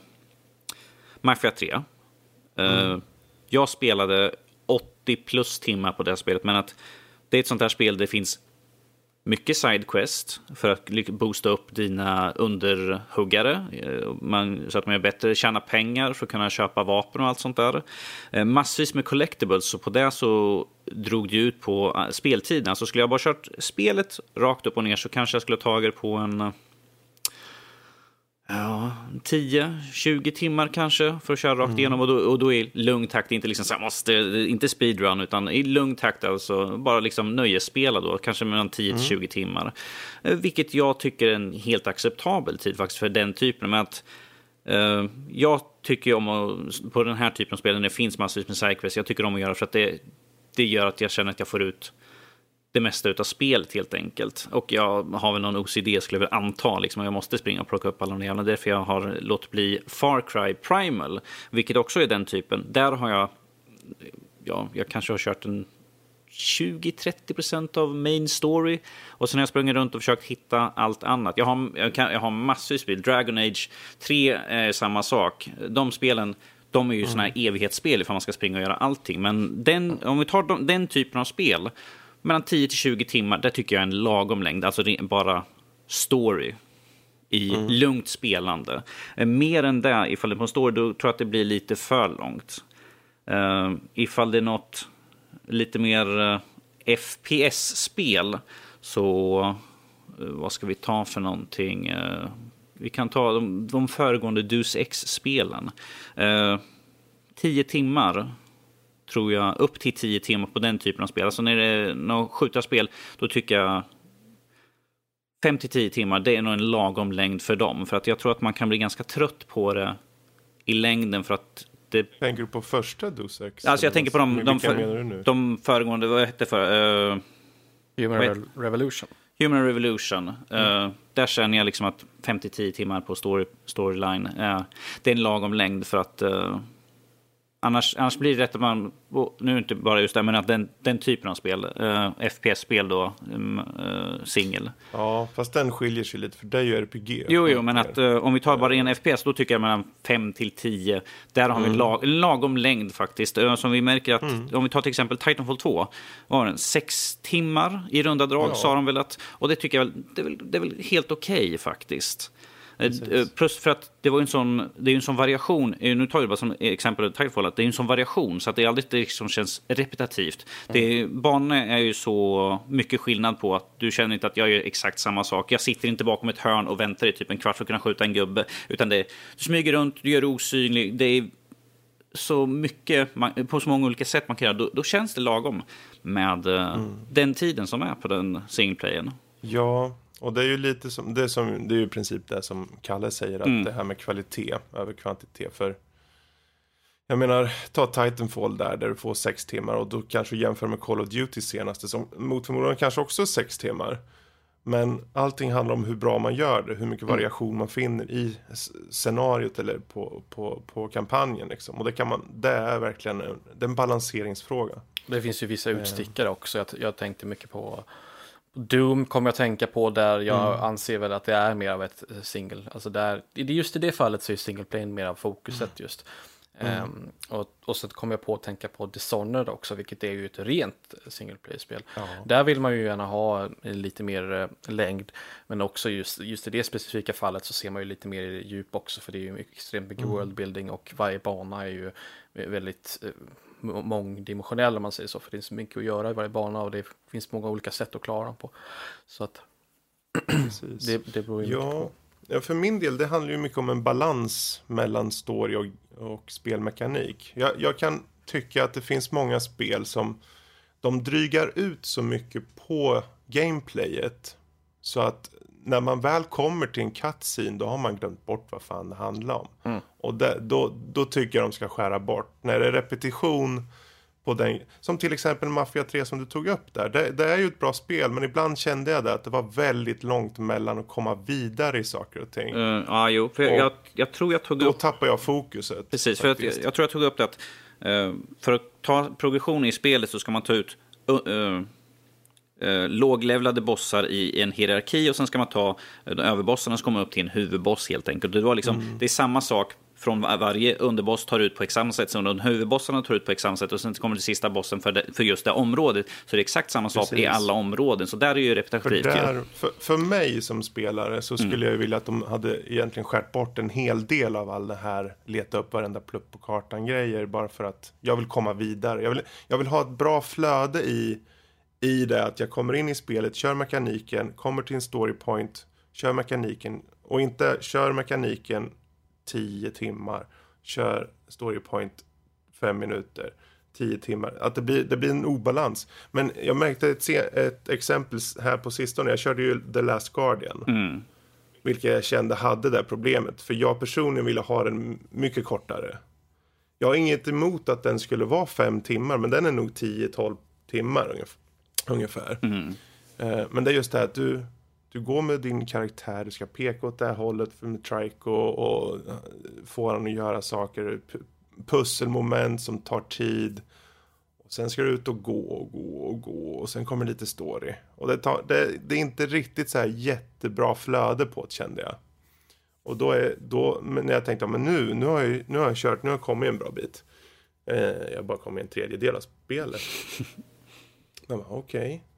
Mafia tre. Eh, mm. Jag spelade åttio plus timmar på det spelet, men att det är ett sånt här spel, det finns mycket sidequest för att boosta upp dina underhuggare, man, så att man är bättre, tjäna pengar för att kunna köpa vapen och allt sånt där. Massvis med collectibles, så på det så drog det ut på speltiden. Alltså skulle jag bara kört spelet rakt upp och ner, så kanske jag skulle ta det på en ja, tio tjugo timmar kanske för att köra rakt mm. igenom, och då, och då är lugn takt, inte liksom så här, måste, inte speedrun, utan i lugn takt, alltså bara liksom nöjesspela då, kanske mellan tio till tjugo timmar, vilket jag tycker är en helt acceptabel tid faktiskt för den typen. Med att uh, jag tycker om att, på den här typen av spel när det finns massvis med sidequests, jag tycker om att göra för att det, det gör att jag känner att jag får ut det mesta utav spelet helt enkelt. Och jag har väl någon O C D, skulle jag väl anta, liksom, jag måste springa och plocka upp alla de jävla. Därför jag har låtit bli Far Cry Primal, vilket också är den typen. Där har jag ja, jag kanske har kört en tjugo till trettio procent av main story, och sen har jag sprungit runt och försökt hitta allt annat. Jag har, jag kan, jag har massor av spel. Dragon Age tre är samma sak. De spelen, de är ju mm. såna här evighetsspel ifall man ska springa och göra allting. Men den, om vi tar de, den typen av spel, mellan tio till tjugo timmar, det tycker jag är en lagom längd. Alltså bara story i mm. lugnt spelande. Mer än det, ifall det är på en story, då tror jag att det blir lite för långt. Uh, ifall det är något lite mer uh, F P S-spel, så uh, vad ska vi ta för någonting? Uh, vi kan ta de, de föregående Deus Ex-spelen. Uh, tio timmar tror jag, upp till tio timmar på den typen av spel. Alltså när det är något skjutarspel, då tycker jag fem till tio timmar, det är nog en lagom längd för dem. För att jag tror att man kan bli ganska trött på det i längden, för att det... Tänker du på första Deus Ex? Alltså jag tänker på de, de, för, de föregående, vad hette det för? Uh, Human Re- Revolution. Human Revolution. Mm. Uh, där känner jag liksom att fem till tio timmar på story, storyline, uh, det är en lagom längd, för att... Uh, Annars, annars blir det rätt att man, nu är det inte bara just det, men att den, den typen av spel, uh, F P S-spel då, um, uh, singel. Ja, fast den skiljer sig lite, för det är ju R P G. Jo, jo, men att uh, om vi tar bara en F P S, då tycker jag mellan fem till tio, där har mm. vi lag, en lagom längd faktiskt. Uh, som vi märker att, mm. om vi tar till exempel Titanfall två, var den sex timmar i runda drag, ja. Sa de väl att, och det tycker jag väl, det är väl, det är väl helt okej okay, faktiskt. Precis. Plus för att det var en sån, det är en sån variation. Nu tar jag bara som exempel Titanfall, att det är en sån variation så att det aldrig liksom känns repetitivt. Mm. Det, banorna är ju så mycket skillnad på att du känner inte att jag gör exakt samma sak. Jag sitter inte bakom ett hörn och väntar i typ en kvart för att kunna skjuta en gubbe, utan det, du smyger runt, du gör det osynlig. Det är så mycket, man, på så många olika sätt man kan göra. Då, då känns det lagom med mm. den tiden som är på den singleplayen. Ja. Och det är ju lite som det, är som, det är ju i princip det som Kalle säger, att mm. det här med kvalitet över kvantitet. För jag menar, ta Titanfall där, där du får sex timmar, och då kanske jämför med Call of Duty senaste som mot förmodan kanske också sex timmar. Men allting handlar om hur bra man gör det, hur mycket variation man finner i scenariot eller på, på, på kampanjen liksom. Och det kan man, det är verkligen en, det är en balanseringsfråga. Det finns ju vissa utstickare också. Jag, jag tänkte mycket på Doom kommer jag att tänka på, där jag mm. anser väl att det är mer av ett single. Alltså där, just i det fallet så är single play mer av fokuset just. Mm. Um, och, och så kommer jag på att tänka på Dishonored också, vilket är ju ett rent single play-spel. Ja. Där vill man ju gärna ha lite mer uh, längd, men också just, just i det specifika fallet så ser man ju lite mer djup också, för det är ju extremt mycket mm. worldbuilding, och varje bana är ju väldigt uh, mångdimensionell om man säger så, för det finns mycket att göra i varje bana och det finns många olika sätt att klara dem på. Så att det, det beror ju ja. mycket på. Ja, för min del, det handlar ju mycket om en balans mellan story och, och spelmekanik. Jag, jag kan tycka att det finns många spel som de drygar ut så mycket på gameplayet, så att när man väl kommer till en cutscene, då har man glömt bort vad fan det handlar om. Mm. Och det, då, då tycker jag de ska skära bort. När det är repetition på den, som till exempel Mafia tre som du tog upp där. Det, det är ju ett bra spel, men ibland kände jag det att det var väldigt långt mellan att komma vidare i saker och ting. Uh, ja, jo. För jag, jag tror jag tog då upp... Då tappar jag fokuset. Precis, för att, jag, jag tror jag tog upp det att uh, för att ta progression i spelet så ska man ta ut... Uh, uh, Uh, låglevlade bossar i en hierarki, och sen ska man ta uh, överbossarna som kommer upp till en huvudboss helt enkelt. Det, var liksom, mm. det är samma sak från var- varje underboss tar ut på exakt samma sätt som de huvudbossarna tar ut på exakt samma sätt, och sen kommer det sista bossen för, det, för just det området. Så det är exakt samma sak Precis. I alla områden, så där är ju repetitivt. För, där, för, för mig som spelare så skulle mm. jag vilja att de hade egentligen skärt bort en hel del av all det här leta upp varenda plupp på kartan grejer, bara för att jag vill komma vidare. Jag vill, jag vill ha ett bra flöde i I det att jag kommer in i spelet, kör mekaniken, kommer till en story point, kör mekaniken, och inte kör mekaniken tio timmar, kör story point fem minuter, tio timmar. Att det blir, det blir en obalans. Men jag märkte ett, ett exempel här på sistone. Jag körde ju The Last Guardian. Mm. Vilket jag kände hade det problemet. För jag personligen ville ha den mycket kortare. Jag har inget emot att den skulle vara fem timmar, men den är nog tio tolv timmar ungefär. Ungefär. Mm. Eh, men det är just det här att du, du går med din karaktär, du ska peka åt det här hållet för med Trico och, och få den att göra saker, p- pusselmoment som tar tid, och sen ska du ut och gå och gå och gå, och sen kommer lite story, och det, tar, det, det är inte riktigt så här jättebra flöde på det, kände jag. Och då är då, men när jag tänkte, men nu, nu, har jag, nu har jag kört, nu har jag kommit en bra bit, eh, jag har bara kommit en tredjedel av spelet. Okej, okay.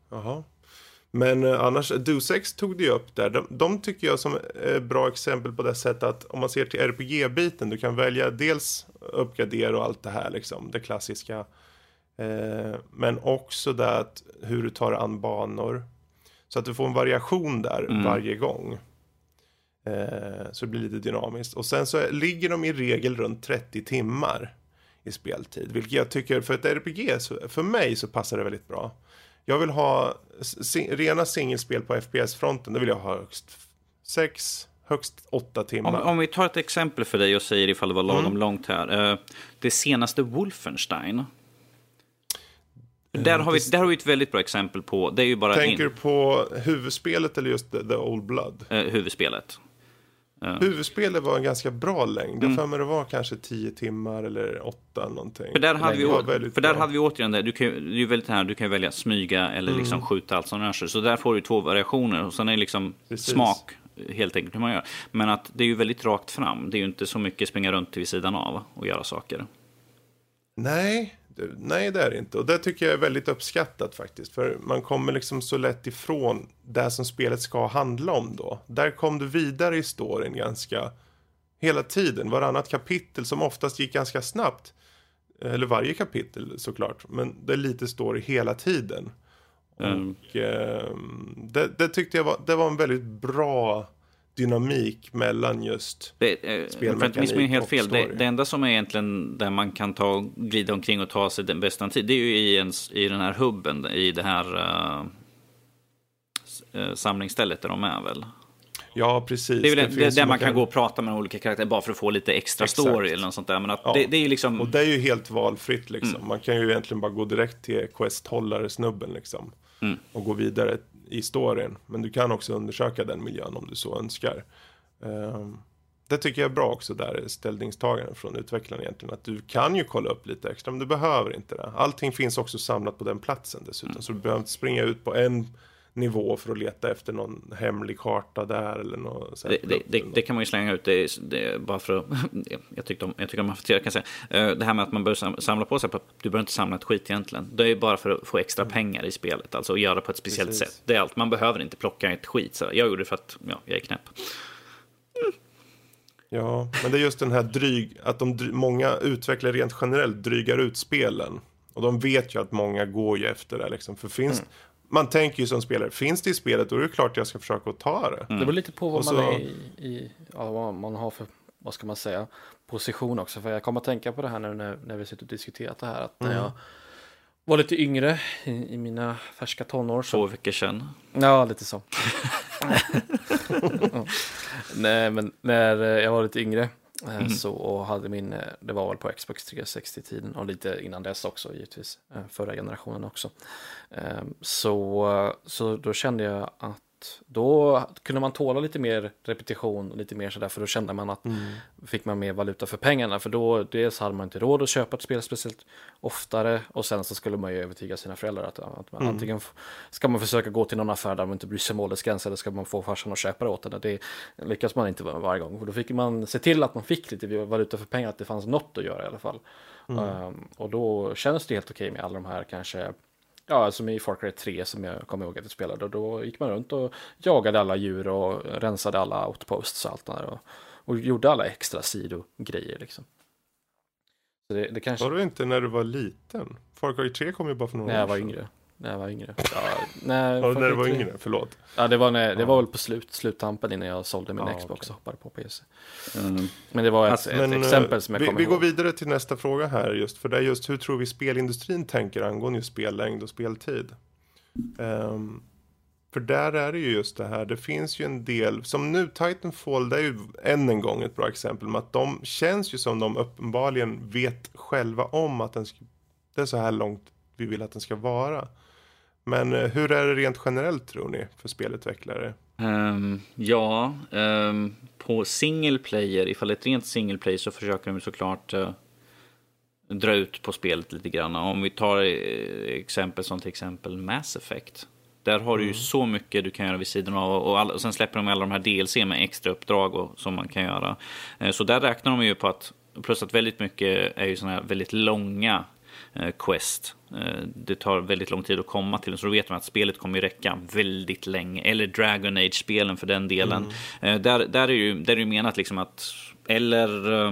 Jaha. Men eh, annars, Deus Ex tog det ju upp där. De, de tycker jag som är bra exempel på det sättet att om man ser till R P G-biten, du kan välja dels uppgradera och allt det här liksom, det klassiska. Eh, men också det att hur du tar an banor. Så att du får en variation där mm. varje gång. Eh, så det blir lite dynamiskt. Och sen så ligger de i regel runt trettio timmar i speltid. Vilket jag tycker, för ett R P G, så, för mig så passar det väldigt bra. Jag vill ha si- rena singelspel på F P S-fronten. Det vill jag ha högst sex, högst åtta timmar. Om, om vi tar ett exempel för dig och säger ifall det var lagom mm. långt här. Uh, det senaste Wolfenstein. Där har, vi, där har vi ett väldigt bra exempel på. Det är ju bara Tänker in... du på huvudspelet eller just The, the Old Blood? Uh, huvudspelet. Uh. Huvudspelet var en ganska bra längd. Mm. För mig det var kanske tio timmar eller åtta någonting. För där hade vi, å... för där hade vi återigen det. Du kan, det är ju väldigt här, du kan välja smyga eller mm. liksom skjuta allt som rör sig. Så där får du två variationer. Och sen är det liksom Precis. smak helt enkelt hur man gör. Men att det är ju väldigt rakt fram. Det är ju inte så mycket springa runt vid sidan av och göra saker. Nej, nej det är det inte. Och det tycker jag är väldigt uppskattat faktiskt. För man kommer liksom så lätt ifrån det som spelet ska handla om då. Där kom du vidare i storyn ganska hela tiden. Varannat kapitel som oftast gick ganska snabbt. Eller varje kapitel såklart. Men det är lite story hela tiden. Mm. Och eh, det, det tyckte jag var, det var en väldigt bra dynamik mellan just det, eh, spelmekanik för att helt fel. Det, det enda som är egentligen där man kan ta glida omkring och ta sig den bästa tid, det är ju i, ens, i den här hubben, i det här uh, samlingsstället där de är väl. Ja, precis. Det är väl det, det där man kan gå och prata med olika karaktärer bara för att få lite extra Exakt. story eller något sånt där. Men att ja. det, det är ju liksom... Och det är ju helt valfritt liksom. Mm. Man kan ju egentligen bara gå direkt till quest-hållare-snubben liksom. Mm. Och gå vidare i storyn. Men du kan också undersöka den miljön om du så önskar. Um, det tycker jag är bra också där, ställningstagaren från utvecklaren egentligen. Att du kan ju kolla upp lite extra, men du behöver inte det. Allting finns också samlat på den platsen dessutom. Mm. Så du behöver inte springa ut på en nivå för att leta efter någon hemlig karta där eller något. Det, det, det, det kan man ju slänga ut. Det, det, bara för att, jag tyckte om, jag tycker om jag kan säga. Det här med att man bör samla på sig. Du behöver inte samla ett skit egentligen. Det är bara för att få extra mm. pengar i spelet. Alltså att göra på ett speciellt Precis. sätt. Det är allt. Man behöver inte plocka ett skit. Så jag gjorde det för att ja, jag är knäpp. Mm. Ja, men det är just den här dryg. Att de, många utvecklare rent generellt drygar ut spelen. Och de vet ju att många går ju efter det. Liksom. För finns... Mm. Man tänker ju som spelare, finns det i spelet då är det klart att jag ska försöka att ta det. Mm. Det beror lite på vad så... man är i, i ja, vad man har för, vad ska man säga, position också. För jag kommer att tänka på det här nu när, när vi sitter och diskuterat det här. Att när mm. jag var lite yngre i, i mina färska tonår. Så... Två veckor sedan. Ja, lite så. Nej, men när jag var lite yngre mm. så och hade min, det var väl på Xbox trehundrasextio-tiden och lite innan dess också givetvis, förra generationen också. Så, så då kände jag att då kunde man tåla lite mer repetition och lite mer sådär, för då kände man att mm. fick man mer valuta för pengarna, för då dels hade man inte råd att köpa ett spel speciellt oftare, och sen så skulle man ju övertyga sina föräldrar att, att man, mm. antingen ska man försöka gå till någon affär där man inte bryr sig om åldersgräns, eller ska man få farsan att köpa det åt den. Det lyckas man inte varje gång, och då fick man se till att man fick lite valuta för pengar, att det fanns något att göra i alla fall. Mm. Um, och då känns det helt okej med alla de här kanske. Ja, som i Far Cry tre som jag kommer ihåg att jag spelade. Och då gick man runt och jagade alla djur och rensade alla outposts och allt där. Och, och gjorde alla extra sidogrejer liksom. Så det, det kanske... Var du inte när du var liten? Far Cry tre kom ju bara för några Nej, år sedan. jag var yngre. När jag var yngre. Ja, nej, ja, när du var yngre, förlåt. Ja, det var, när, det var väl på slut, sluttampen innan jag sålde min ja, Xbox okay. och hoppade på P C. Mm. Men det var ett, alltså, ett men, exempel som jag kommer vi, ihåg. Vi går vidare till nästa fråga här just. För det är just hur tror vi spelindustrin tänker angående spellängd och speltid. Um, för där är det ju just det här. Det finns ju en del, som nu Titanfall, det är ju än en gång ett bra exempel. Med att de känns ju som de uppenbarligen vet själva om att den ska, det är så här långt vi vill att den ska vara. Men hur är det rent generellt tror ni för spelutvecklare? Um, ja, um, på single player, ifall det är ett rent single player så försöker de såklart uh, dra ut på spelet lite grann. Om vi tar uh, exempel som till exempel Mass Effect. Där har mm. du ju så mycket du kan göra vid sidan av. Och, all, och sen släpper de alla de här D L C med extra uppdrag och, som man kan göra. Uh, så där räknar de ju på att, plus att väldigt mycket är ju såna här väldigt långa eh, quest. Eh, det tar väldigt lång tid att komma till den, så då vet man att spelet kommer ju räcka väldigt länge. Eller Dragon Age-spelen för den delen. Mm. Eh, där, där är ju där är ju menat liksom att, eller eh,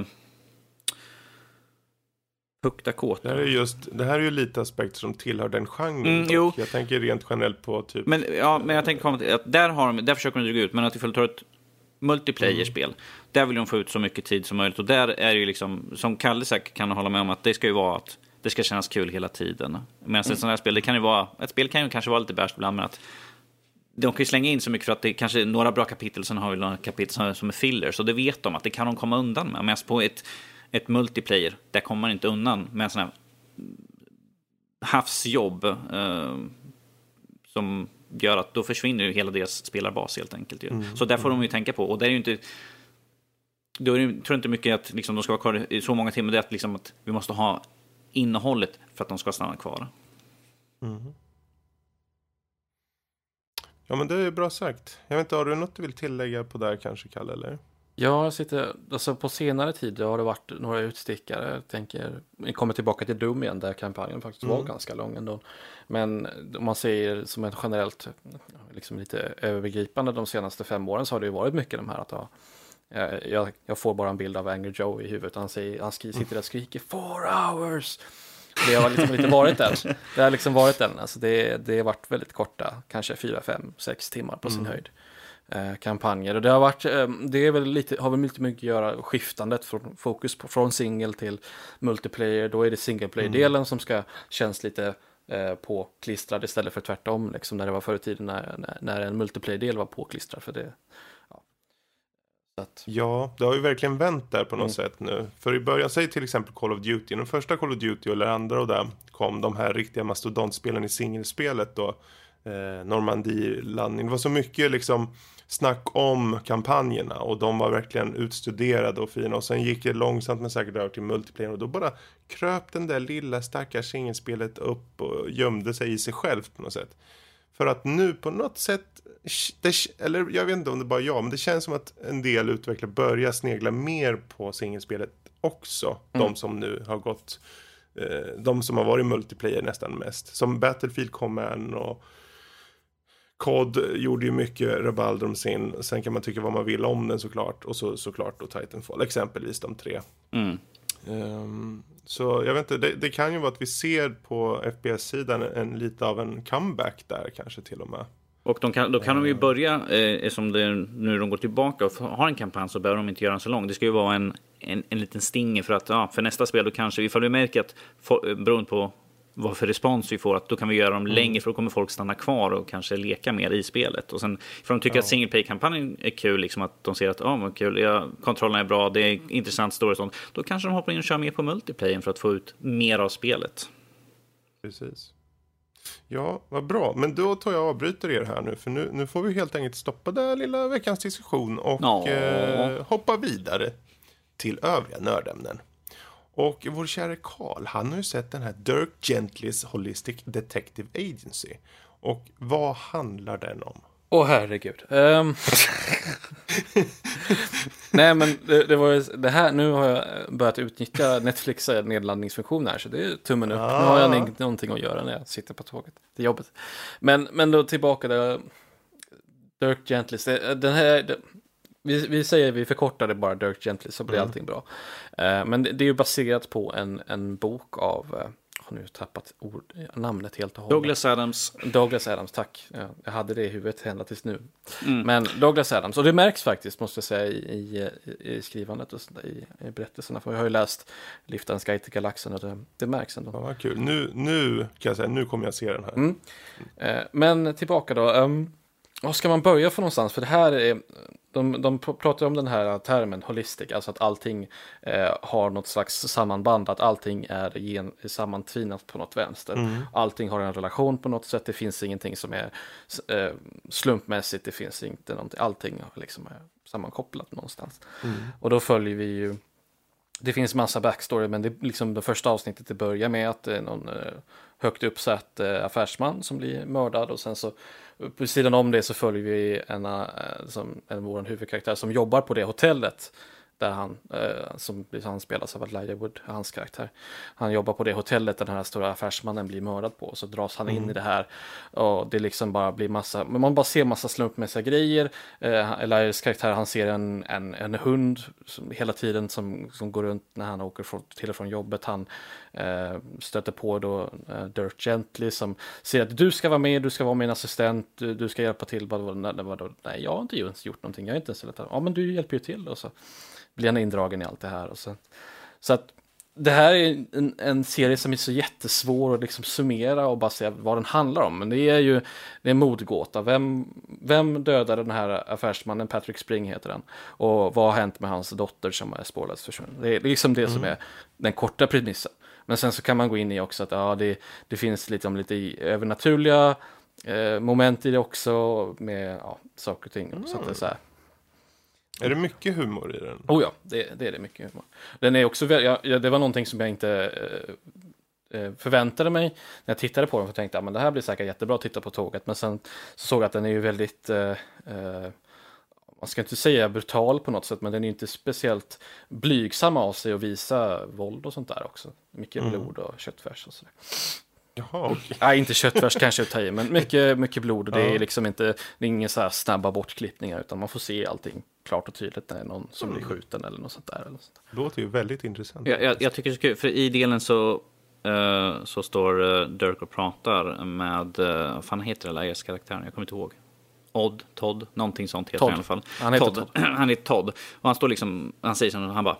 Det här, är just, det här är ju lite aspekter som tillhör den genren. Mm, jo. Jag tänker rent generellt på typ... Men, ja, men jag tänker komma till att där, har de, där försöker de dra ut. Men att ifall du tar ett multiplayer-spel, mm. där vill de få ut så mycket tid som möjligt. Och där är det ju liksom, som Kalle säkert kan hålla med om, att det ska ju vara att det ska kännas kul hela tiden. Men mm. ett sånt här spel, det kan ju vara, ett spel kan ju kanske vara lite bärst ibland, men att de kan ju slänga in så mycket för att det kanske är några bra kapitel, sen har vi några kapitel som är filler. Så det vet de att det kan de komma undan med. Men på ett ett multiplayer, där kommer man inte undan med en sån här havsjobb eh, som gör att då försvinner ju hela deras spelarbas helt enkelt. Mm. Så där får de ju tänka på. Och det är ju inte, då är det, tror jag inte mycket att liksom, de ska vara kvar i så många timmar. Det är att, liksom, att vi måste ha innehållet för att de ska stanna kvar. Mm. Ja, men det är bra sagt. Jag vet inte, har du något du vill tillägga på där kanske, Kalle, eller? Ja, jag sitter, alltså på senare tid har det varit några utstickare. Jag tänker, vi kommer tillbaka till Doom igen, där kampanjen faktiskt mm. var ganska lång ändå. Men om man säger som ett generellt, liksom lite övergripande de senaste fem åren, så har det ju varit mycket de här att ha, jag, jag får bara en bild av Angry Joe i huvudet. Han, säger, han skri, sitter där och skriker four hours. Det har liksom inte varit den. Det har liksom varit den. Alltså det, det har varit väldigt korta, kanske fyra, fem, sex timmar på sin mm. höjd. Eh, kampanjer, och det har varit eh, det är väl lite, har väl lite mycket att göra skiftandet från fokus på, från single till multiplayer. Då är det single player delen mm. som ska kännas lite eh, påklistrad istället för tvärtom, liksom när det var förr i tiden när, när, när en multiplayer del var påklistrad för det. Ja. Så att... ja, det har ju verkligen vänt där på något mm. sätt nu. För i början, säg till exempel Call of Duty, den första Call of Duty eller andra, och där kom de här riktiga mastodontspelen i singelspelet då, eh, Normandie-landning. Det var så mycket liksom snack om kampanjerna, och de var verkligen utstuderade och fina, och sen gick det långsamt men säkert över till multiplayer, och då bara kröp den där lilla stackars singelspelet upp och gömde sig i sig själv på något sätt. För att nu på något sätt, det, eller jag vet inte om det bara jag, men det känns som att en del utvecklare börjar snegla mer på singelspelet också. Mm. De som nu har gått, eh, de som har varit multiplayer nästan mest. Som Battlefield Command och C O D gjorde ju mycket rabalder om sin. Sen kan man tycka vad man vill om den såklart. Och så, såklart då Titanfall, exempelvis de tre. Mm. Um, så jag vet inte, det, det kan ju vara att vi ser på F P S-sidan en, en lite av en comeback där kanske till och med. Och de kan, då kan de ju börja, eh, som det, nu de går tillbaka och har en kampanj, så behöver de inte göra den så lång. Det ska ju vara en, en, en liten stinger för att, ja, för nästa spel då kanske, ifall vi märker att, for, beroende på vad för respons vi får, att då kan vi göra dem mm. längre, för då kommer folk stanna kvar och kanske leka mer i spelet. Och sen, för de tycker ja. att single play-kampanjen är kul, liksom att de ser att ja, vad kul, ja, kontrollerna är bra, det är intressant story och sånt, då kanske de hoppar in och kör mer på multiplayer för att få ut mer av spelet. Precis. Ja, vad bra. Men då tar jag och avbryter er här nu, för nu, nu får vi helt enkelt stoppa den lilla veckans diskussion och eh, hoppa vidare till övriga nördämnen. Och vår kära Carl, han har ju sett den här Dirk Gentlys Holistic Detective Agency. Och vad handlar den om? Åh oh, herregud. Um... Nej, men det, det var ju det här, nu har jag börjat utnyttja Netflix nedladdningsfunktion här, så det är tummen upp. Ah. Nu har jag n- någonting att göra när jag sitter på tåget till jobbet. Men, men då tillbaka där, Dirk Gentlys, den här... Det, Vi, vi säger vi förkortar det bara Dirk Gently, så blir mm. allting bra. Uh, men det, det är ju baserat på en, en bok av, uh, jag har nu tappat ord, namnet helt och hållet. Douglas Adams. Douglas Adams, tack. Ja, jag hade det i huvudet ända tills nu. Mm. Men Douglas Adams, och det märks faktiskt, måste jag säga, i, i, i skrivandet och sånt, i, i berättelserna. För jag har ju läst Liftens Guide till Galaxen, och det, det märks ändå. Ja, vad kul. Nu, nu kan jag säga, nu kommer jag se den här. Mm. Uh, men tillbaka då. Um, var ska man börja för någonstans? För det här är... De, de pratar om den här termen holistic, alltså att allting eh, har något slags sammanband, att allting är, gen, är sammantvinat på något vänster. Mm. Allting har en relation på något sätt, det finns ingenting som är eh, slumpmässigt, det finns inte någonting, allting liksom är sammankopplat någonstans. Mm. Och då följer vi ju, det finns massa backstory, men det är liksom det första avsnittet det börjar med att det är någon eh, högt uppsatt eh, affärsman som blir mördad, och sen så på sidan om det så följer vi en, som, en vår huvudkaraktär som jobbar på det hotellet Där han, eh, som han spelas av Elijah Wood, hans karaktär. Han jobbar på det hotellet där den här stora affärsmannen blir mördad på. Och så dras han mm. in i det här. Och det liksom bara blir massa, men man bara ser massa slumpmässiga grejer. Eh, Elijahs karaktär, han ser en, en, en hund som, hela tiden som, som går runt när han åker från, till och från jobbet. Han eh, stöter på då eh, Dirk Gently som säger att du ska vara med, du ska vara min assistent, du, du ska hjälpa till. Vad, vad, vad, vad, nej, jag har inte gjort någonting, jag är inte ens lätt. Ja, men du hjälper ju till. Och så blir han indragen i allt det här. Och så. Så att det här är en, en serie som är så jättesvår att liksom summera och bara säga vad den handlar om. Men det är ju det är en mordgåta. Vem, vem dödade den här affärsmannen? Patrick Spring heter den. Och vad har hänt med hans dotter som är spårlöst försvunnen? Det är liksom det mm. som är den korta premissen. Men sen så kan man gå in i också att ja, det, det finns liksom lite övernaturliga eh, moment i det också med ja, saker och ting. Mm. Så att det är så här. Är det mycket humor i den? Oh ja, det, det är det mycket humor. Den är också, jag, jag, det var någonting som jag inte eh, förväntade mig när jag tittade på den. För jag tänkte, ja, men det här blir säkert jättebra att titta på tåget. Men sen så såg jag att den är ju väldigt, eh, eh, man ska inte säga brutal på något sätt. Men den är ju inte speciellt blygsam av sig att visa våld och sånt där också. Mycket mm. blod och köttfärs och sådär. Jaha, okay. Nej, inte köttfärs kanske att ta i, men mycket, mycket blod. Och det är liksom inte, det är ingen så här snabba bortklippningar, utan man får se allting klart och tydligt när det är någon som mm. blir skjuten eller något sånt där. Eller sånt där. Det låter ju väldigt intressant. Jag, jag, jag tycker det är så kul, för i delen så, uh, så står uh, Dirk och pratar med, uh, vad fan heter det, Elias karaktären? Jag kommer inte ihåg. Odd, Todd, någonting sånt heter Todd. i alla fall. Han heter Todd. Todd. Han heter Todd. Och han står liksom, han säger så, han bara,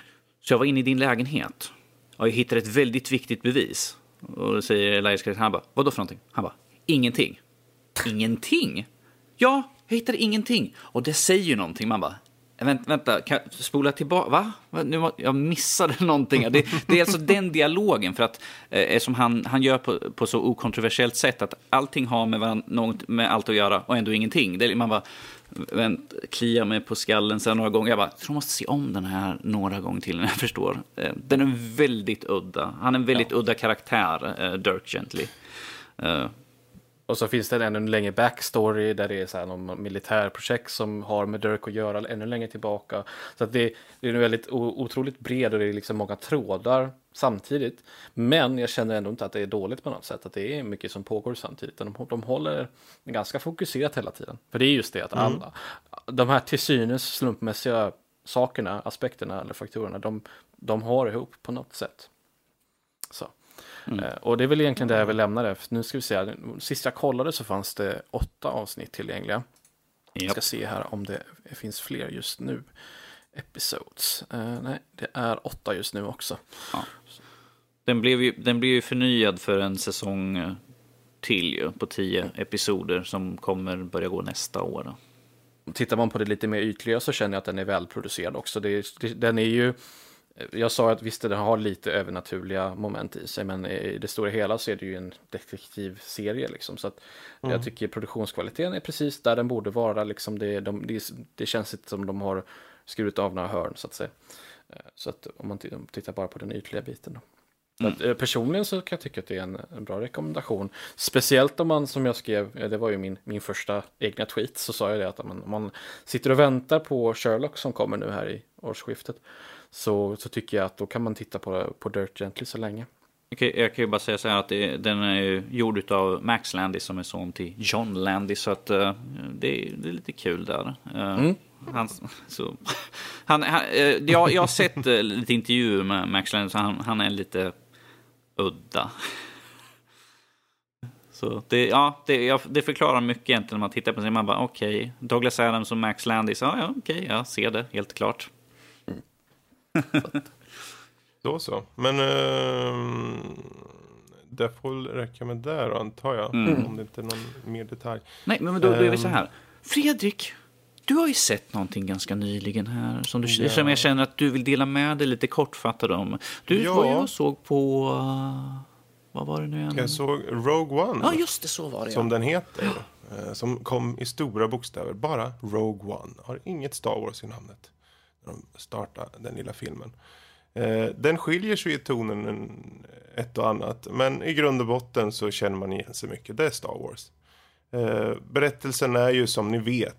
så jag var inne i din lägenhet och jag hittade ett väldigt viktigt bevis. Och då säger Elias karaktären, han bara, vadå för någonting? Han bara, ingenting. Ingenting? Ja, jag hittade ingenting. Och det säger ju någonting. Man bara, vänta, vänta kan jag spola tillbaka? Va? Nu, jag missade någonting. Det, det är alltså den dialogen. För att eh, som han, han gör på, på så okontroversiellt sätt att allting har med, varandra, något, med allt att göra och ändå ingenting. Det, man bara, vänt, kliar mig på skallen sen några gånger. Jag bara, jag tror jag måste se om den här några gånger till när jag förstår. Eh, den är väldigt udda. Han är en väldigt ja. udda karaktär, eh, Dirk Gently. Eh, Och så finns det en ännu längre backstory där det är så här någon militärprojekt som har med Dirk att göra ännu längre tillbaka. Så att det, det är en väldigt otroligt bred och det är liksom många trådar samtidigt. Men jag känner ändå inte att det är dåligt på något sätt. Att det är mycket som pågår samtidigt. De, de håller ganska fokuserat hela tiden. För det är just det att alla, mm. de här till synes slumpmässiga sakerna, aspekterna eller faktorerna, de, de har ihop på något sätt. Så. Mm. Och det är väl egentligen det jag vill lämna det. Nu ska vi se, sist jag kollade så fanns det åtta avsnitt tillgängliga. Jag yep. ska se här om det finns fler just nu. Episodes. Uh, nej, det är åtta just nu också. Ja. Den blev ju, den blev ju förnyad för en säsong till ju, på tio episoder som kommer börja gå nästa år. Tittar man på det lite mer ytliga så känner jag att den är välproducerad också. Det, det, den är ju... Jag sa att visst, den har lite övernaturliga moment i sig, men i det stora hela så är det ju en detektivserie liksom, så att mm. jag tycker produktionskvaliteten är precis där den borde vara liksom. det, de, det, det känns inte som de har skurit av några hörn så att säga, så att om man tittar bara på den ytliga biten då. Mm. Så att, personligen så kan jag tycka att det är en, en bra rekommendation, speciellt om man, som jag skrev, det var ju min, min första egna tweet, så sa jag det att om man, om man sitter och väntar på Sherlock som kommer nu här i årsskiftet, Så, så tycker jag att då kan man titta på, på Dirk Gently så länge. Okay, jag kan ju bara säga så här att det, den är ju gjord av Max Landis som är son till John Landis, så att uh, det, det är lite kul där. Uh, mm. han, så, han, han, uh, jag, jag har sett uh, lite intervjuer med Max Landis, så han, han är lite udda. Så det, ja, det, jag, det förklarar mycket egentligen när man tittar på sig. Man bara, okej, okay, Douglas Adams och Max Landis, ja, ja okej, okay, jag ser det, helt klart. Så så. Men uh, det får räcka med där, antar jag. Mm. Om det inte är någon mer detalj. Nej, men då, då är vi så här. Fredrik, du har ju sett någonting ganska nyligen här som, du, ja. som jag känner att du vill dela med dig lite kortfattat om. Du ja. var ju och såg på... Uh, vad var det nu igen? Jag såg Rogue One. Ja, just det, så var det. Som ja. den heter. Uh, som kom i stora bokstäver. Bara Rogue One. Har inget Star Wars i namnet. När de startade den lilla filmen. Eh, den skiljer sig i tonen en, ett och annat. Men i grund och botten så känner man igen sig mycket. Det är Star Wars. Eh, berättelsen är ju som ni vet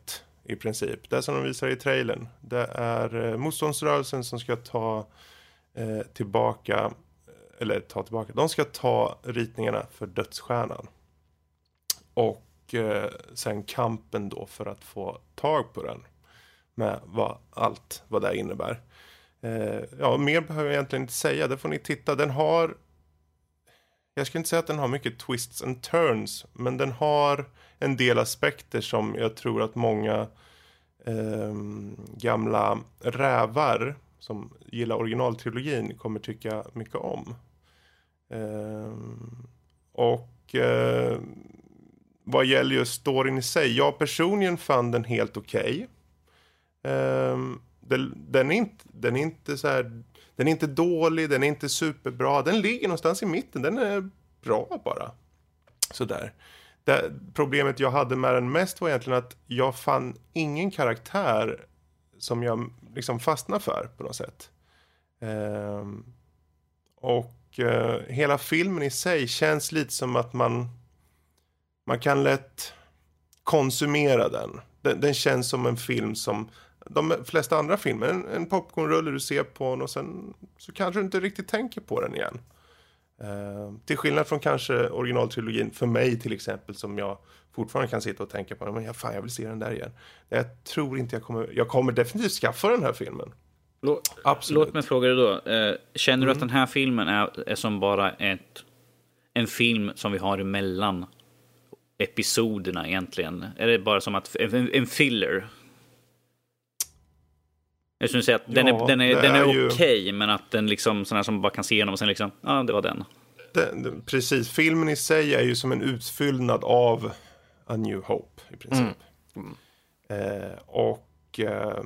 i princip. Det som de visar i trailern. Det är eh, motståndsrörelsen som ska ta eh, tillbaka, eller ta tillbaka, de ska ta ritningarna för dödsstjärnan. Och eh, sen kampen då för att få tag på den. Med vad, allt vad det innebär. Eh, ja, mer behöver jag egentligen inte säga. Det får ni titta. Den har... Jag skulle inte säga att den har mycket twists and turns. Men den har en del aspekter som jag tror att många eh, gamla rävar som gillar originaltrilogin kommer tycka mycket om. Eh, och eh, vad gäller just storyn i sig. Jag personligen fann den helt okej. Okay. Eh, den, den är inte, den är inte så här... Den är inte dålig, den är inte superbra. Den ligger någonstans i mitten. Den är bra bara. Sådär. Det problemet jag hade med den mest var egentligen att jag fann ingen karaktär som jag liksom fastnade för på något sätt. Ehm, och eh, hela filmen i sig känns lite som att man man kan lätt konsumera den. Den, den känns som en film som de flesta andra filmer, en, en popcornrulle du ser på den och sen så kanske du inte riktigt tänker på den igen. Uh, till skillnad från kanske originaltrilogin för mig till exempel, som jag fortfarande kan sitta och tänka på, men ja, fan, jag vill se den där igen. Jag tror inte jag kommer, jag kommer definitivt skaffa den här filmen. Låt, Absolut. Låt mig fråga dig då, uh, känner mm. du att den här filmen är, är som bara ett, en film som vi har emellan episoderna egentligen? Är det bara som att en, en filler? Jag skulle säga att den ja, är, den är, den är, är okej, okay, men att den liksom sån här som bara kan se igenom och sen liksom, ja, det var den. den. Precis, filmen i sig är ju som en utfyllnad av A New Hope i princip. Mm. Mm. Eh, och eh,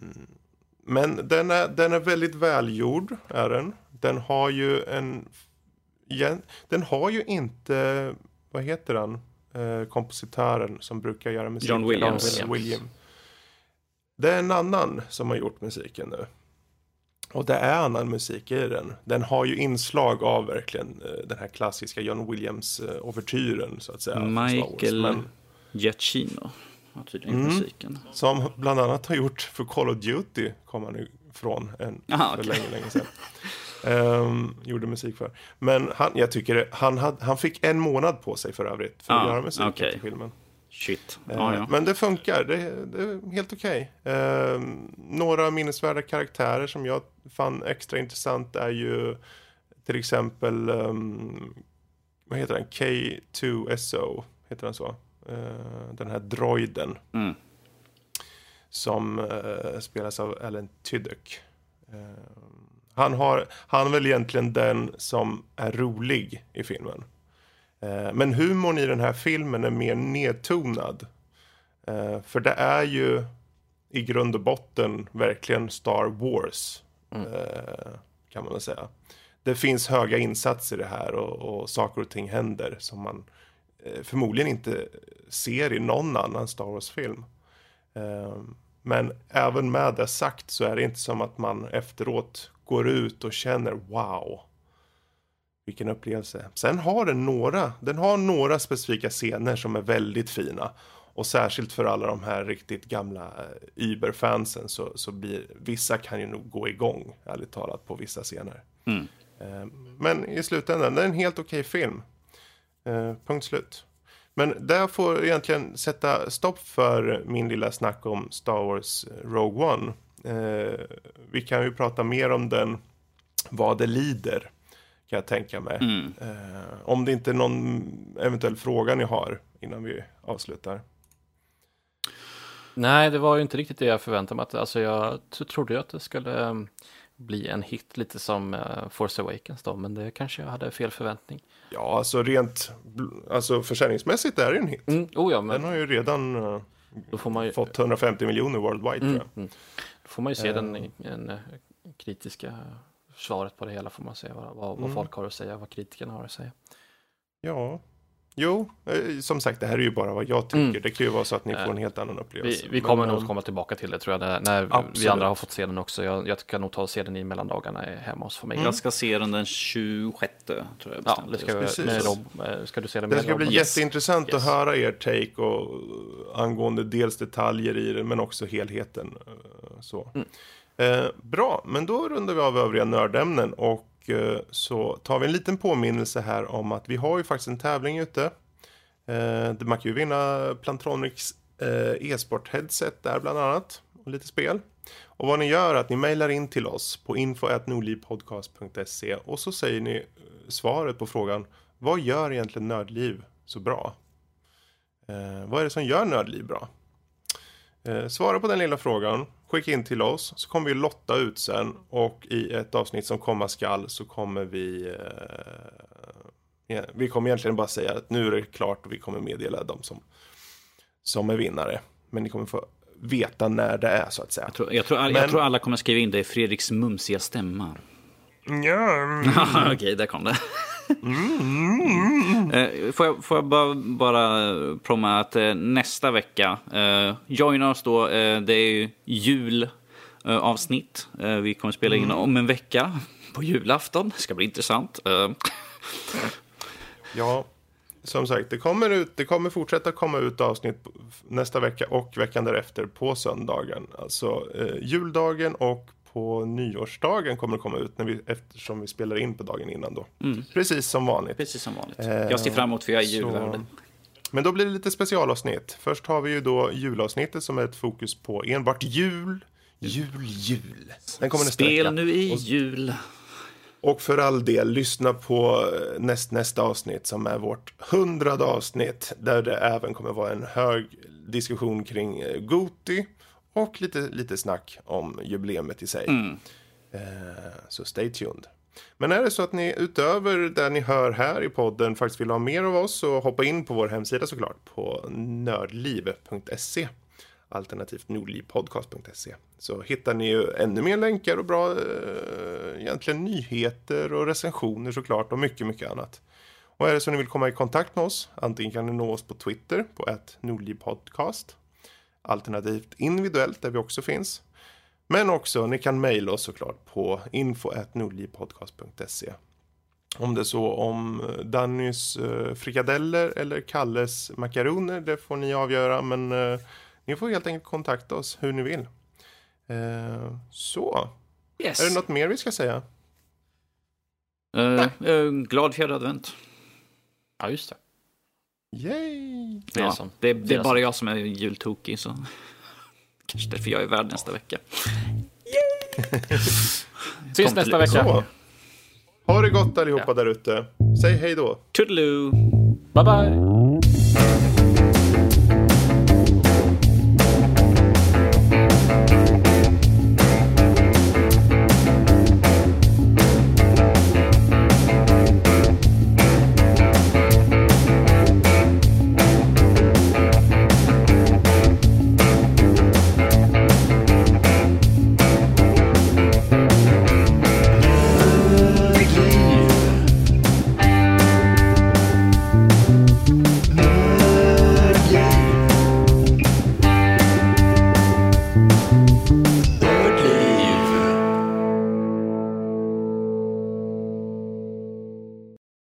men den är, den är väldigt välgjord, är den. Den har ju en ja, den har ju inte, vad heter han? Eh, kompositören som brukar göra musik. John Williams. John Williams. Det är en annan som har gjort musiken nu. Och det är annan musik i den. Den har ju inslag av verkligen uh, den här klassiska John Williams uh, overtyren så att säga. Michael Men, Giacchino har tydligen mm, musiken. Som bland annat har gjort för Call of Duty, kommer han ifrån en Aha, för okay. länge, länge sedan. Um, gjorde musik för. Men han, jag tycker han, had, han fick en månad på sig för övrigt för ah, att göra musik okay. till filmen. Shit. Eh, ah, ja. Men det funkar, det, det är helt okej. Okay. Eh, några minnesvärda karaktärer som jag fann extra intressant är ju till exempel um, vad heter den? K två S O heter den så. Eh, den här droiden mm. som eh, spelas av Alan Tudyk. Eh, han har han är väl egentligen den som är rolig i filmen. Men humorn i den här filmen är mer nedtonad. För det är ju i grund och botten verkligen Star Wars. Mm. Kan man väl säga. Det finns höga insatser i det här och, och saker och ting händer som man förmodligen inte ser i någon annan Star Wars-film. Men även med det sagt så är det inte som att man efteråt går ut och känner wow. Vilken upplevelse. Sen har den några, den har några specifika scener som är väldigt fina. Och särskilt för alla de här riktigt gamla Uber-fansen så, så blir, vissa kan ju nog gå igång, ärligt talat, på vissa scener. Mm. Men i slutändan, det är en helt okej film. Punkt slut. Men där får jag egentligen sätta stopp för min lilla snack om Star Wars Rogue One. Vi kan ju prata mer om den, vad det lider. Kan jag tänka mig. Mm. Eh, om det inte är någon eventuell fråga ni har innan vi avslutar. Nej, det var ju inte riktigt det jag förväntade mig. Alltså jag t- trodde ju att det skulle um, bli en hit lite som uh, Force Awakens då, men det kanske jag hade fel förväntning. Ja, alltså rent alltså försäljningsmässigt är det en hit. Mm. Oh, ja, men... Den har ju redan uh, då får man ju... fått hundrafemtio miljoner worldwide. Mm. Tror jag. Mm. Då får man ju se uh... den en, en kritiska svaret på det hela, får man se vad, vad, vad mm. folk har att säga, vad kritikerna har att säga. Ja, Jo, eh, som sagt, det här är ju bara vad jag tycker. Mm. Det kan ju vara så att ni får en helt annan upplevelse. Vi, vi kommer Men, nog komma tillbaka till det tror jag, när, när vi andra har fått se den också. Jag, jag ska nog ta och se den i mellandagarna hemma hos familjen. Mm. Jag ska se den den tjugosjätte, tror jag. Ja, det ska, vi, med Rob, ska du se den med Det ska Rob? bli Yes. jätteintressant Yes. att höra er take och, angående dels detaljer i det, men också helheten. Så. Mm. Eh, bra, men då rundar vi av övriga nördämnen och eh, så tar vi en liten påminnelse här om att vi har ju faktiskt en tävling ute. Eh, man kan ju vinna Plantronics eh, e-sport-headset där bland annat, och lite spel. Och vad ni gör är att ni mejlar in till oss på info at nordlivpodcast punkt se och så säger ni svaret på frågan: vad gör egentligen Nördliv så bra? Eh, vad är det som gör Nördliv bra? Eh, svara på den lilla frågan, skicka in till oss, så kommer vi lotta ut sen, och i ett avsnitt som komma skall så kommer vi eh, ja, vi kommer egentligen bara säga att nu är det klart och vi kommer meddela dem som, som är vinnare. Men ni kommer få veta när det är, så att säga. Jag tror, jag tror, all, Men- jag tror alla kommer skriva in det i Fredriks mumsiga stämma. Ja, mm. Okej, okay, där kom det. Eh, får, jag, får jag bara, bara promma att eh, nästa vecka eh, joina oss då, eh, det är ju julavsnitt. Eh, vi kommer spela in om en vecka på julafton. Det ska bli intressant. Eh. Ja, som sagt, det kommer, ut, det kommer fortsätta komma ut avsnitt nästa vecka och veckan därefter på söndagen. Alltså eh, juldagen och på nyårsdagen kommer det komma ut när vi, eftersom vi spelar in på dagen innan då. Mm. Precis som vanligt. Precis som vanligt. Eh, Jag ser fram emot för jag är så- julvärden. Men då blir det lite specialavsnitt. Först har vi ju då julavsnittet som är ett fokus på enbart jul. Jul, jul. Den kommer nästa vecka. Spel nu i jul. Och för all del, lyssna på näst, nästa avsnitt som är vårt hundrade avsnitt. Där det även kommer vara en hög diskussion kring eh, Goti. Och lite, lite snack om jubileumet i sig. Mm. Eh, så stay tuned. Men är det så att ni utöver det ni hör här i podden faktiskt vill ha mer av oss, så hoppa in på vår hemsida såklart på nördliv punkt se. Alternativt nordlivpodcast punkt se. Så hittar ni ju ännu mer länkar och bra eh, egentligen nyheter och recensioner såklart och mycket, mycket annat. Och är det så ni vill komma i kontakt med oss, antingen kan ni nå oss på Twitter på at nordlivpodcast. Alternativt individuellt där vi också finns. Men också, ni kan mejla oss såklart på info at nordlivpodcast punkt se. Om det är så om Dannys eh, frikadeller eller Kalles makaroner, det får ni avgöra. Men eh, ni får helt enkelt kontakta oss hur ni vill. Eh, så, Yes. är det något mer vi ska säga? Eh, eh, glad fjärde advent. Ja, just det. Yay! Det är Ja, som- det, det det är är bara jag som är jultokig, så kanske därför jag är värd nästa vecka. Syns nästa vecka. Så, ha det gott allihopa Ja. där ute. Säg hej då. Toodaloo! Bye bye!